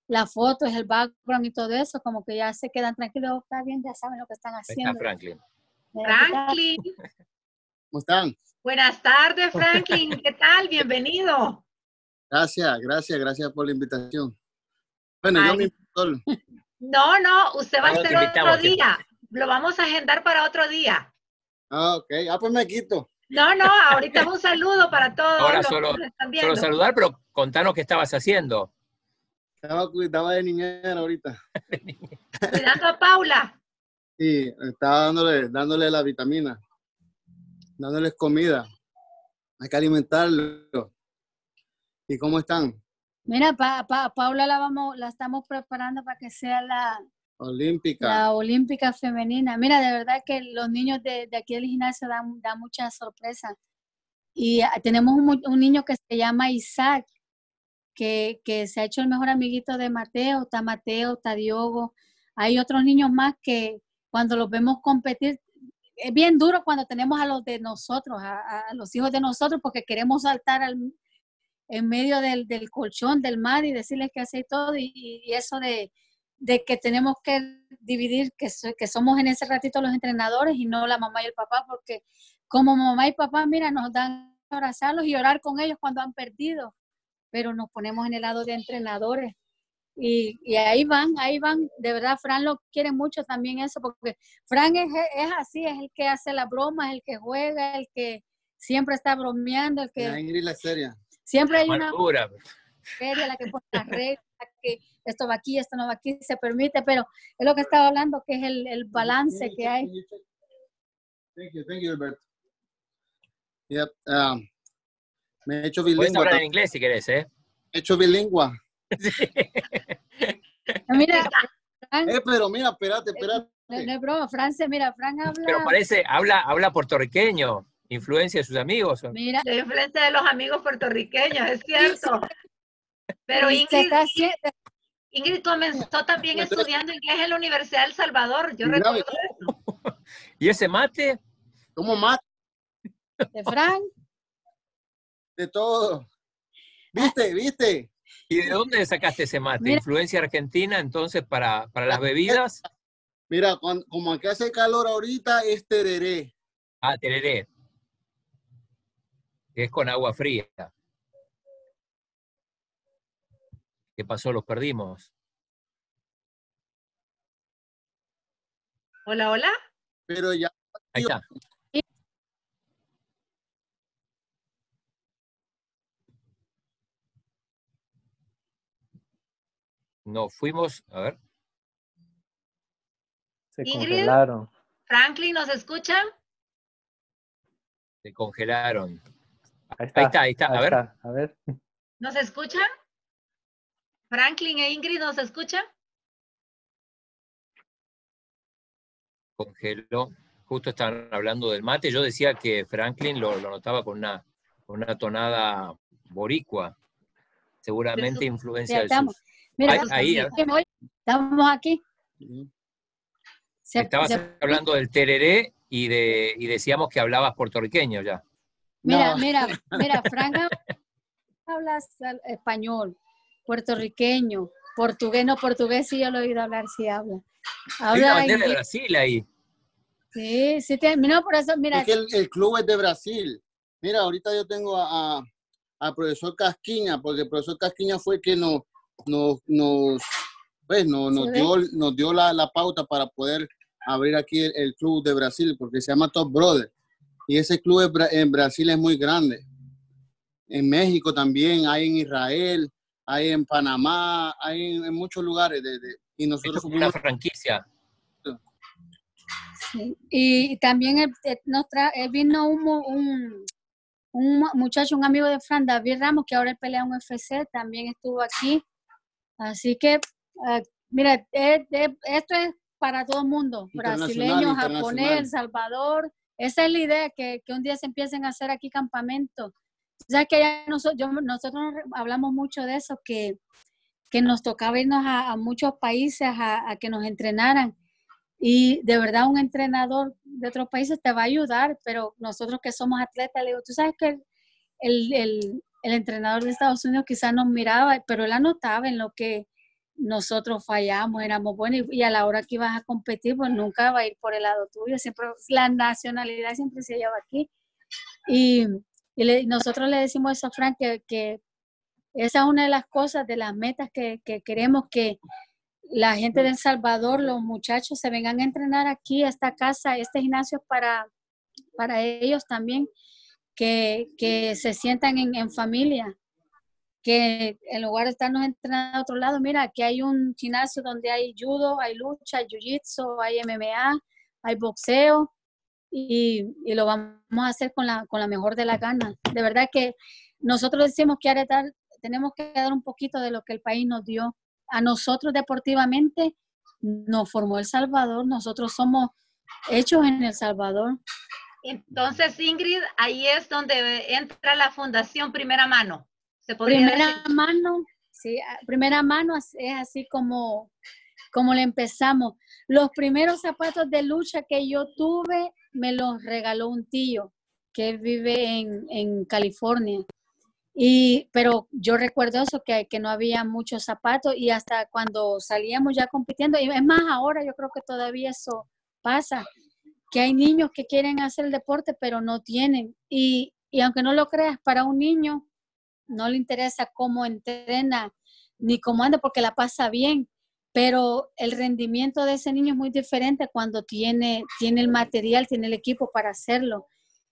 las fotos, el background y todo eso, como que ya se quedan tranquilos, está bien, ya saben lo que están haciendo. Está Franklin. Franklin. ¿Cómo están? Buenas tardes, Franklin. ¿Qué tal? Bienvenido. Gracias, gracias, gracias por la invitación. Bueno, Ay. yo me invito. No, no, usted va no, a ser otro día. Lo vamos a agendar para otro día. Ah, ok. Ah, pues me quito. No, no, ahorita un saludo para todos. Ahora los solo, que están viendo. solo saludar, pero contanos qué estabas haciendo. Estaba, estaba de niñera ahorita. Cuidando a Paula. Sí, estaba dándole, dándole la vitamina, dándoles comida. Hay que alimentarlo. ¿Y cómo están? Mira, pa, pa, Paula la vamos, la estamos preparando para que sea la olímpica. La olímpica femenina. Mira, de verdad que los niños de, de aquí del gimnasio dan, dan muchas sorpresas. Y uh, tenemos un, un niño que se llama Isaac, que, que se ha hecho el mejor amiguito de Mateo. Está Mateo, está Diogo. Hay otros niños más que cuando los vemos competir, es bien duro cuando tenemos a los de nosotros, a, a los hijos de nosotros, porque queremos saltar al en medio del, del colchón, del mar y decirles que hacer todo y, y eso de, de que tenemos que dividir, que, que somos en ese ratito los entrenadores y no la mamá y el papá, porque como mamá y papá, mira, nos dan a abrazarlos y orar con ellos cuando han perdido, pero nos ponemos en el lado de entrenadores y, y ahí van, ahí van, de verdad Fran lo quiere mucho también eso, porque Fran es, es así, es el que hace la broma, es el que juega, el que siempre está bromeando, el que... La Ingrid la seria. Siempre hay una feria, la que pone las reglas, que esto va aquí, esto no va aquí, se permite, pero es lo que estaba hablando, que es el, el balance que hay. Thank you, thank you, Alberto. Yep, um, me he hecho bilingüe. Puedes hablar en inglés si querés, ¿eh? Me he hecho bilingüe. Sí. Mira, Fran, eh, pero mira, espérate, espérate. No, no es broma, Fran, mira, Fran habla... Pero parece, habla, habla puertorriqueño. Influencia de sus amigos. Mira, la influencia de los amigos puertorriqueños, es cierto. Pero Ingrid, Ingrid comenzó también estudiando inglés en la Universidad de El Salvador. Yo recuerdo eso. ¿Y ese mate? ¿Cómo mate? ¿De Fran? De todo. ¿Viste? ¿Viste? ¿Y de dónde sacaste ese mate? Mira. ¿Influencia argentina entonces para, para las bebidas? Mira, cuando, como aquí hace calor ahorita, es tereré. Ah, tereré. Que es con agua fría. ¿Qué pasó? Los perdimos. Hola, hola. Pero ya. Ahí está. No, fuimos, a ver. Se Ingrid, congelaron. Franklin, ¿nos escuchan? Se congelaron. Ahí está, ahí está, ahí está. A, ahí ver. Está. A ver. ¿Nos escuchan? Franklin e Ingrid, ¿nos escuchan? Congeló. Justo estaban hablando del mate. Yo decía que Franklin lo, lo notaba con una, con una tonada boricua. Seguramente influencia ya del estamos. sur. Mira, ahí, ahí, estamos aquí. Se, Estabas se, hablando del tereré y, de, y decíamos que hablabas puertorriqueño ya. Mira, no. mira, mira, Franca habla español, puertorriqueño, portugués, no, portugués sí yo lo he oído hablar, sí habla. habla Hay una bandera inglés. de Brasil ahí. Sí, sí, te, no, por eso, mira. Es que el, el club es de Brasil. Mira, ahorita yo tengo a, a, a profesor Casquiña, porque el profesor Casquiña fue el que nos, nos, nos, pues, nos, nos dio, nos dio la, la pauta para poder abrir aquí el, el club de Brasil, porque se llama Top Brother. Y ese club en Brasil es muy grande. En México también, hay en Israel, hay en Panamá, hay en, en muchos lugares. De, de, y nosotros Esto es una franquicia. Sí. Y también nos tra vino un, un, un muchacho, un amigo de Fran, David Ramos, que ahora pelea en U F C, también estuvo aquí. Así que, uh, mira, es, es, esto es para todo el mundo, brasileños, japonés, El Salvador. Esa es la idea, que, que un día se empiecen a hacer aquí campamentos. O sea, que ya nosotros, yo, nosotros hablamos mucho de eso, que, que nos tocaba irnos a, a muchos países a, a que nos entrenaran. Y de verdad un entrenador de otros países te va a ayudar, pero nosotros que somos atletas, le digo, tú sabes que el, el, el entrenador de Estados Unidos quizás nos miraba, pero él anotaba en lo que, nosotros fallamos, éramos buenos y, y a la hora que ibas a competir, pues nunca va a ir por el lado tuyo, siempre la nacionalidad siempre se lleva aquí. Y, y le, nosotros le decimos eso a Frank, que, que esa es una de las cosas, de las metas que, que queremos, que la gente de El Salvador, los muchachos se vengan a entrenar aquí a esta casa, este gimnasio para, para ellos también, que, que se sientan en, en familia, que en lugar de estarnos entrenando a otro lado, mira, aquí hay un gimnasio donde hay judo, hay lucha, hay jiu-jitsu, hay M M A, hay boxeo, y, y lo vamos a hacer con la, con la mejor de las ganas. De verdad que nosotros decimos que dar, tenemos que dar un poquito de lo que el país nos dio. A nosotros deportivamente nos formó El Salvador, nosotros somos hechos en El Salvador. Entonces, Ingrid, ahí es donde entra la Fundación Primera Mano. ¿Se podría primera decir? mano, sí, primera mano es así como, como le empezamos. Los primeros zapatos de lucha que yo tuve me los regaló un tío que vive en, en California. Y, pero yo recuerdo eso, que, que no había muchos zapatos y hasta cuando salíamos ya compitiendo, y es más ahora yo creo que todavía eso pasa, que hay niños que quieren hacer el deporte pero no tienen. Y, y aunque no lo creas, para un niño no le interesa cómo entrena ni cómo anda porque la pasa bien, pero el rendimiento de ese niño es muy diferente cuando tiene, tiene el material, tiene el equipo para hacerlo.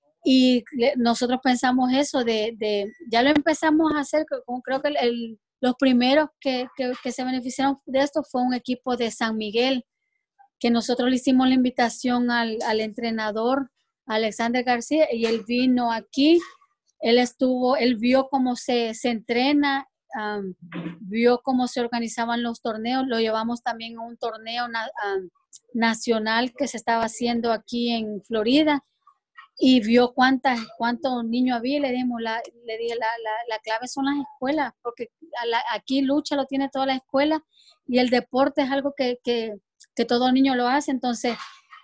Y nosotros pensamos eso, de, de ya lo empezamos a hacer, creo que el, el, los primeros que, que, que se beneficiaron de esto fue un equipo de San Miguel, que nosotros le hicimos la invitación al, al entrenador Alexander García y él vino aquí. Él estuvo, él vio cómo se, se entrena, um, vio cómo se organizaban los torneos, lo llevamos también a un torneo na, um, nacional que se estaba haciendo aquí en Florida y vio cuántas, cuántos niños había y le dimos, la, le dije, la, la, la clave son las escuelas, porque a la, aquí lucha lo tiene toda la escuela y el deporte es algo que, que, que todo niño lo hace, entonces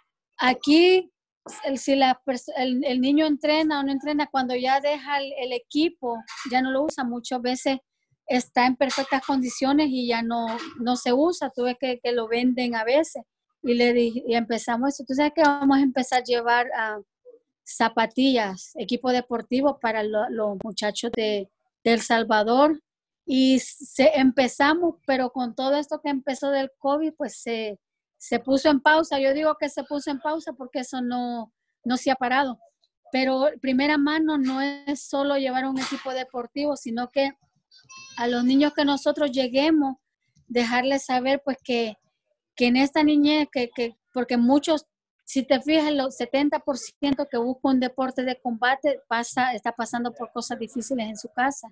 aquí el, si la, el, el niño entrena o no entrena, cuando ya deja el, el equipo, ya no lo usa, muchas veces está en perfectas condiciones y ya no, no se usa, tuve que, que lo venden a veces y le dije, y empezamos eso, tú sabes que vamos a empezar a llevar a uh, zapatillas, equipo deportivo para lo, los muchachos de, de El Salvador y se, empezamos, pero con todo esto que empezó del COVID, pues se se puso en pausa. Yo digo que se puso en pausa porque eso no, no se ha parado. Pero primera mano no es solo llevar un equipo deportivo, sino que a los niños que nosotros lleguemos, dejarles saber pues que, que en esta niñez, que, que, porque muchos, si te fijas, el setenta por ciento que busca un deporte de combate pasa, está pasando por cosas difíciles en su casa.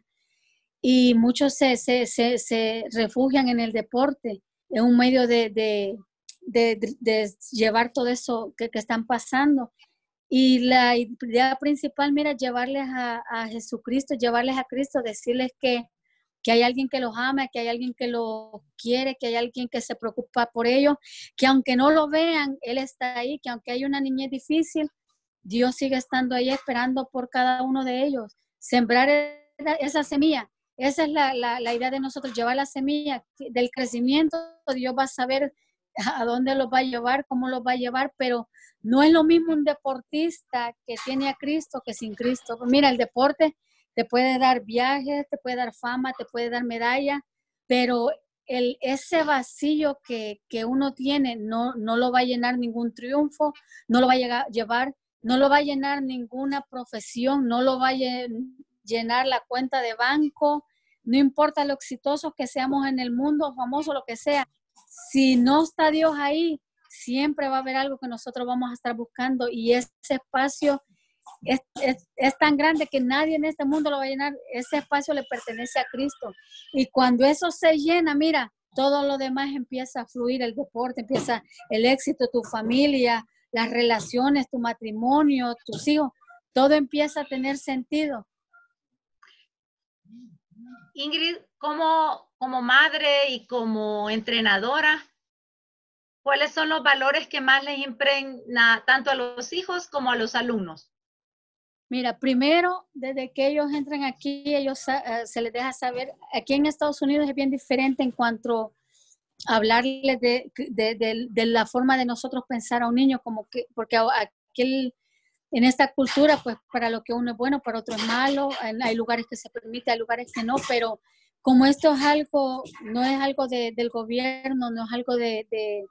Y muchos se, se, se, se refugian en el deporte, en un medio de... de De, de, de llevar todo eso que, que están pasando. Y la idea principal, mira, llevarles a, a Jesucristo, llevarles a Cristo, decirles que, que hay alguien que los ama, que hay alguien que los quiere, que hay alguien que se preocupa por ellos, que aunque no lo vean, Él está ahí, que aunque hay una niñez difícil, Dios sigue estando ahí esperando por cada uno de ellos. Sembrar esa semilla, esa es la, la, la idea de nosotros, llevar la semilla del crecimiento. Dios va a saber a dónde los va a llevar, cómo los va a llevar, pero no es lo mismo un deportista que tiene a Cristo que sin Cristo. Mira, el deporte te puede dar viajes, te puede dar fama, te puede dar medalla, pero el, ese vacío que, que uno tiene no, no lo va a llenar ningún triunfo, no lo va a llegar, llevar, no lo va a llenar ninguna profesión, no lo va a llenar la cuenta de banco, no importa lo exitosos que seamos en el mundo, famoso, lo que sea. Si no está Dios ahí, siempre va a haber algo que nosotros vamos a estar buscando y ese espacio es, es, es tan grande que nadie en este mundo lo va a llenar. Ese espacio le pertenece a Cristo y cuando eso se llena, mira, todo lo demás empieza a fluir, el deporte, empieza el éxito, tu familia, las relaciones, tu matrimonio, tus hijos, todo empieza a tener sentido. Ingrid, como, como madre y como entrenadora, ¿cuáles son los valores que más les impregna tanto a los hijos como a los alumnos? Mira, primero, desde que ellos entran aquí, ellos uh, se les deja saber, aquí en Estados Unidos es bien diferente en cuanto hablarles de, de, de, de la forma de nosotros pensar a un niño, como que, porque aquel, en esta cultura, pues para lo que uno es bueno, para otro es malo, hay lugares que se permite, hay lugares que no, pero como esto es algo, no es algo de, del gobierno, no es algo de, de,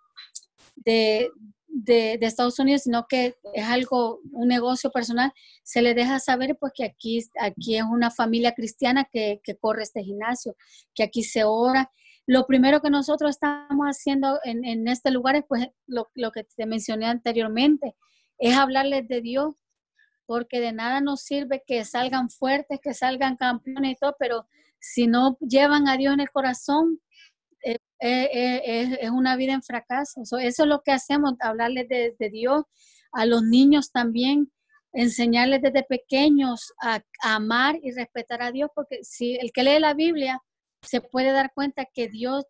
de, de, de Estados Unidos, sino que es algo, un negocio personal, se le deja saber pues que aquí, aquí es una familia cristiana que, que corre este gimnasio, que aquí se ora. Lo primero que nosotros estamos haciendo en, en este lugar es pues lo, lo que te mencioné anteriormente, es hablarles de Dios, porque de nada nos sirve que salgan fuertes, que salgan campeones y todo, pero si no llevan a Dios en el corazón, eh, eh, eh, es una vida en fracaso. So, eso es lo que hacemos, hablarles de, de Dios, a los niños también, enseñarles desde pequeños a, a amar y respetar a Dios, porque si el que lee la Biblia se puede dar cuenta que Dios,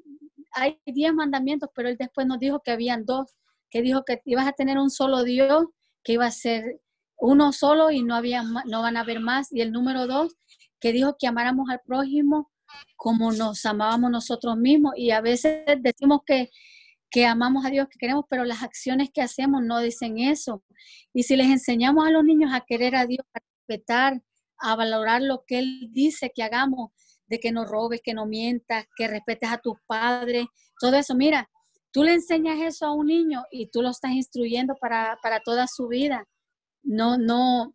hay diez mandamientos, pero Él después nos dijo que habían dos, que dijo que ibas a tener un solo Dios, que iba a ser uno solo y no, había, no van a haber más, y el número dos, que dijo que amáramos al prójimo como nos amábamos nosotros mismos, y a veces decimos que, que amamos a Dios, que queremos, pero las acciones que hacemos no dicen eso. Y si les enseñamos a los niños a querer a Dios, a respetar, a valorar lo que Él dice que hagamos, de que no robes, que no mientas, que respetes a tus padres, todo eso, mira, tú le enseñas eso a un niño y tú lo estás instruyendo para, para toda su vida. No, no,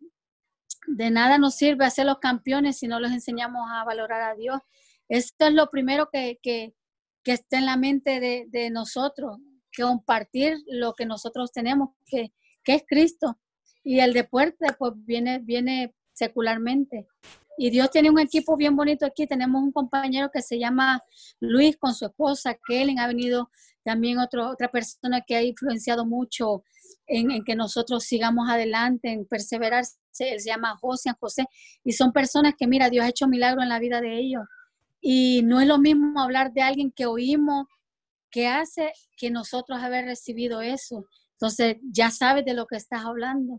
de nada nos sirve hacer los campeones si no los enseñamos a valorar a Dios. Esto es lo primero que, que, que está en la mente de, de nosotros, que compartir lo que nosotros tenemos, que, que es Cristo. Y el deporte pues viene, viene secularmente. Y Dios tiene un equipo bien bonito aquí. Tenemos un compañero que se llama Luis con su esposa, Kellen. Ha venido también otro, otra persona que ha influenciado mucho en, en que nosotros sigamos adelante, en perseverar. Él se llama José, José. Y son personas que, mira, Dios ha hecho milagro en la vida de ellos. Y no es lo mismo hablar de alguien que oímos, que hace, que nosotros haber recibido eso. Entonces, ya sabes de lo que estás hablando.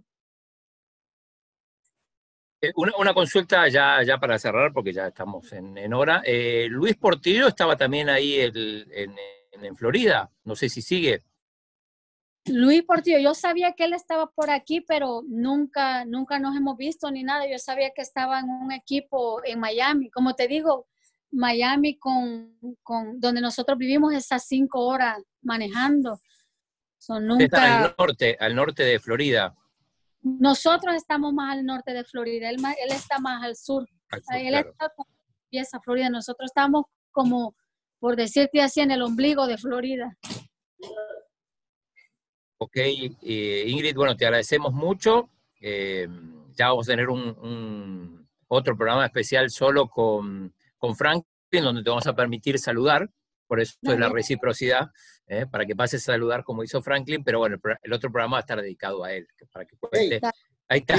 Una, una consulta ya, ya para cerrar, porque ya estamos en, en hora. Eh, Luis Portillo estaba también ahí el, en, en, en Florida. No sé si sigue. Luis Portillo, yo sabía que él estaba por aquí, pero nunca, nunca nos hemos visto ni nada. Yo sabía que estaba en un equipo en Miami. Como te digo, Miami, con, con donde nosotros vivimos, esas cinco horas manejando. So, nunca... Está al norte, al norte de Florida. Nosotros estamos más al norte de Florida, él, él está más al sur. Al sur él claro. Está como empieza Florida, nosotros estamos como, por decirte así, en el ombligo de Florida. Ok, eh, Ingrid, bueno, te agradecemos mucho. Eh, ya vamos a tener un, un otro programa especial solo con, con Franklin, donde te vamos a permitir saludar, por eso es la reciprocidad, eh, para que pases a saludar como hizo Franklin, pero bueno, el, el otro programa va a estar dedicado a él, para que cuente. Hey, ahí está.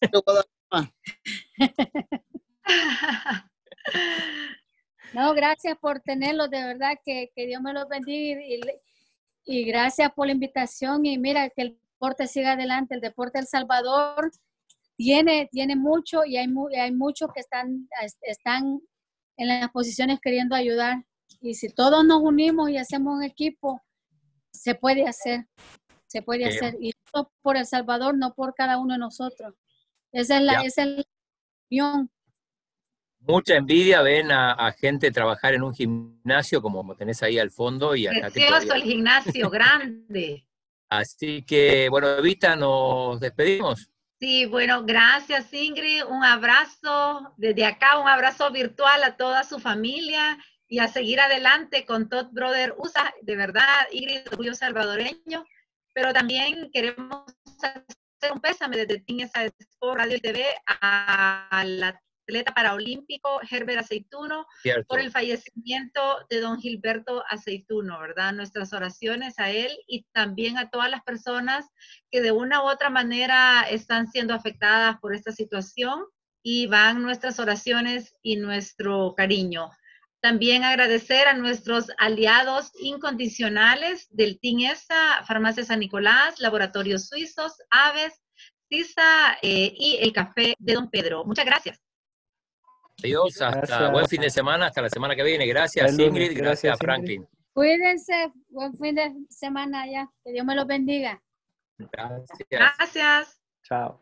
No, gracias por tenerlo, de verdad, que, que Dios me los bendiga y, y gracias por la invitación, y mira, que el deporte siga adelante, el deporte de El Salvador tiene, tiene mucho, y hay, hay muchos que están, están en las posiciones queriendo ayudar, y si todos nos unimos y hacemos un equipo, se puede hacer, se puede sí. hacer, y no por El Salvador, no por cada uno de nosotros, esa es la, esa es la unión. Mucha envidia ven a, a gente trabajar en un gimnasio como tenés ahí al fondo. Y acá precioso el gimnasio, grande. Así que, bueno, Evita, nos despedimos. Sí, bueno, gracias Ingrid, un abrazo desde acá, un abrazo virtual a toda su familia y a seguir adelante con Todd Brother U S A, de verdad, Ingrid, orgullo salvadoreño, pero también queremos hacer un pésame desde Team Mesa Sports Radio y T V a la atleta paraolímpico Herbert Aceituno, Cierto. Por el fallecimiento de don Gilberto Aceituno, ¿verdad? Nuestras oraciones a él y también a todas las personas que de una u otra manera están siendo afectadas por esta situación, y van nuestras oraciones y nuestro cariño. También agradecer a nuestros aliados incondicionales del Team E S A, Farmacia San Nicolás, Laboratorios Suizos, Aves, CISA eh, y el Café de Don Pedro. Muchas gracias. Adiós, hasta gracias. Buen fin de semana, hasta la semana que viene. Gracias, Ingrid, gracias, gracias Franklin. Cuídense, buen fin de semana ya. Que Dios me los bendiga. Gracias. Gracias. Chao.